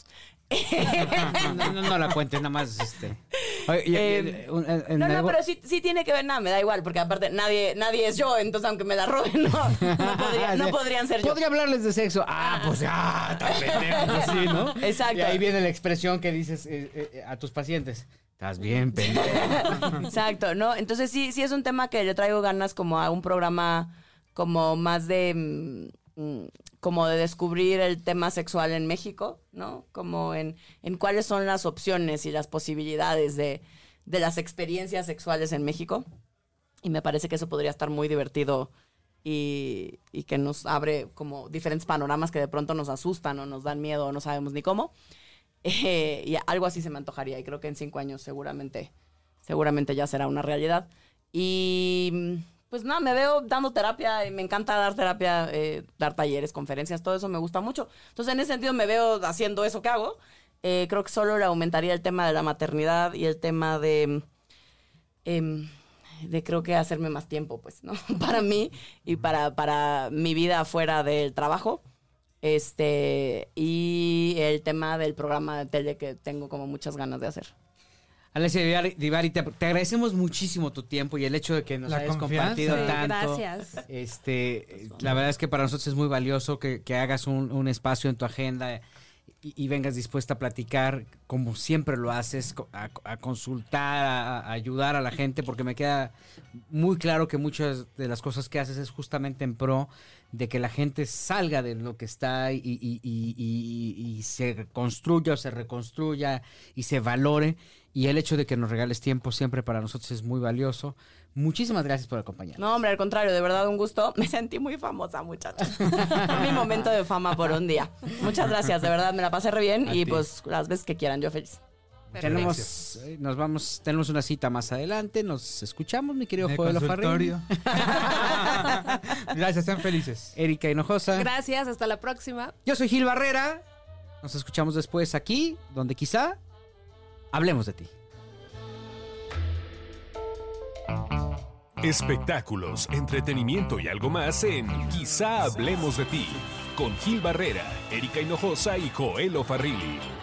No la cuentes, nada más Oye, pero sí tiene que ver, nada, me da igual, porque aparte nadie es yo, entonces aunque me la roben, no podrían ser yo. Podría hablarles de sexo. Pues ya, tan pendejo, pues sí, ¿no? Exacto. Y ahí viene la expresión que dices a tus pacientes. Estás bien, pendejo. Exacto, ¿no? Entonces sí es un tema que le traigo ganas como a un programa como más de como de descubrir el tema sexual en México, ¿no? Como en cuáles son las opciones y las posibilidades de las experiencias sexuales en México. Y me parece que eso podría estar muy divertido y que nos abre como diferentes panoramas que de pronto nos asustan o nos dan miedo o no sabemos ni cómo. Y algo así se me antojaría y creo que en 5 años seguramente ya será una realidad. Y pues nada, me veo dando terapia y me encanta dar terapia, dar talleres, conferencias, todo eso me gusta mucho. Entonces, en ese sentido me veo haciendo eso que hago. Creo que solo le aumentaría el tema de la maternidad y el tema de creo que hacerme más tiempo, pues, ¿no? Para mí y para mi vida fuera del trabajo. Y el tema del programa de tele que tengo como muchas ganas de hacer. Alessia Divari, te agradecemos muchísimo tu tiempo y el hecho de que nos hayas compartido tanto. Gracias. La verdad es que para nosotros es muy valioso que hagas un espacio en tu agenda y vengas dispuesta a platicar como siempre lo haces, a consultar, a ayudar a la gente, porque me queda muy claro que muchas de las cosas que haces es justamente en pro de que la gente salga de lo que está y se construya o se reconstruya y se valore. Y el hecho de que nos regales tiempo siempre para nosotros es muy valioso. Muchísimas gracias por acompañarnos. No, hombre, al contrario, de verdad un gusto. Me sentí muy famosa, muchachos. Fue mi momento de fama por un día. Muchas gracias, de verdad, me la pasé re bien. Y pues las veces que quieran, yo feliz. Tenemos una cita más adelante. Nos escuchamos, mi querido Joel Farrell. Gracias, sean felices. Erika Hinojosa. Gracias, hasta la próxima. Yo soy Gil Barrera. Nos escuchamos después aquí, donde quizá hablemos de ti. Espectáculos, entretenimiento y algo más en Quizá hablemos de ti, con Gil Barrera, Erika Hinojosa y Joel Farrilli.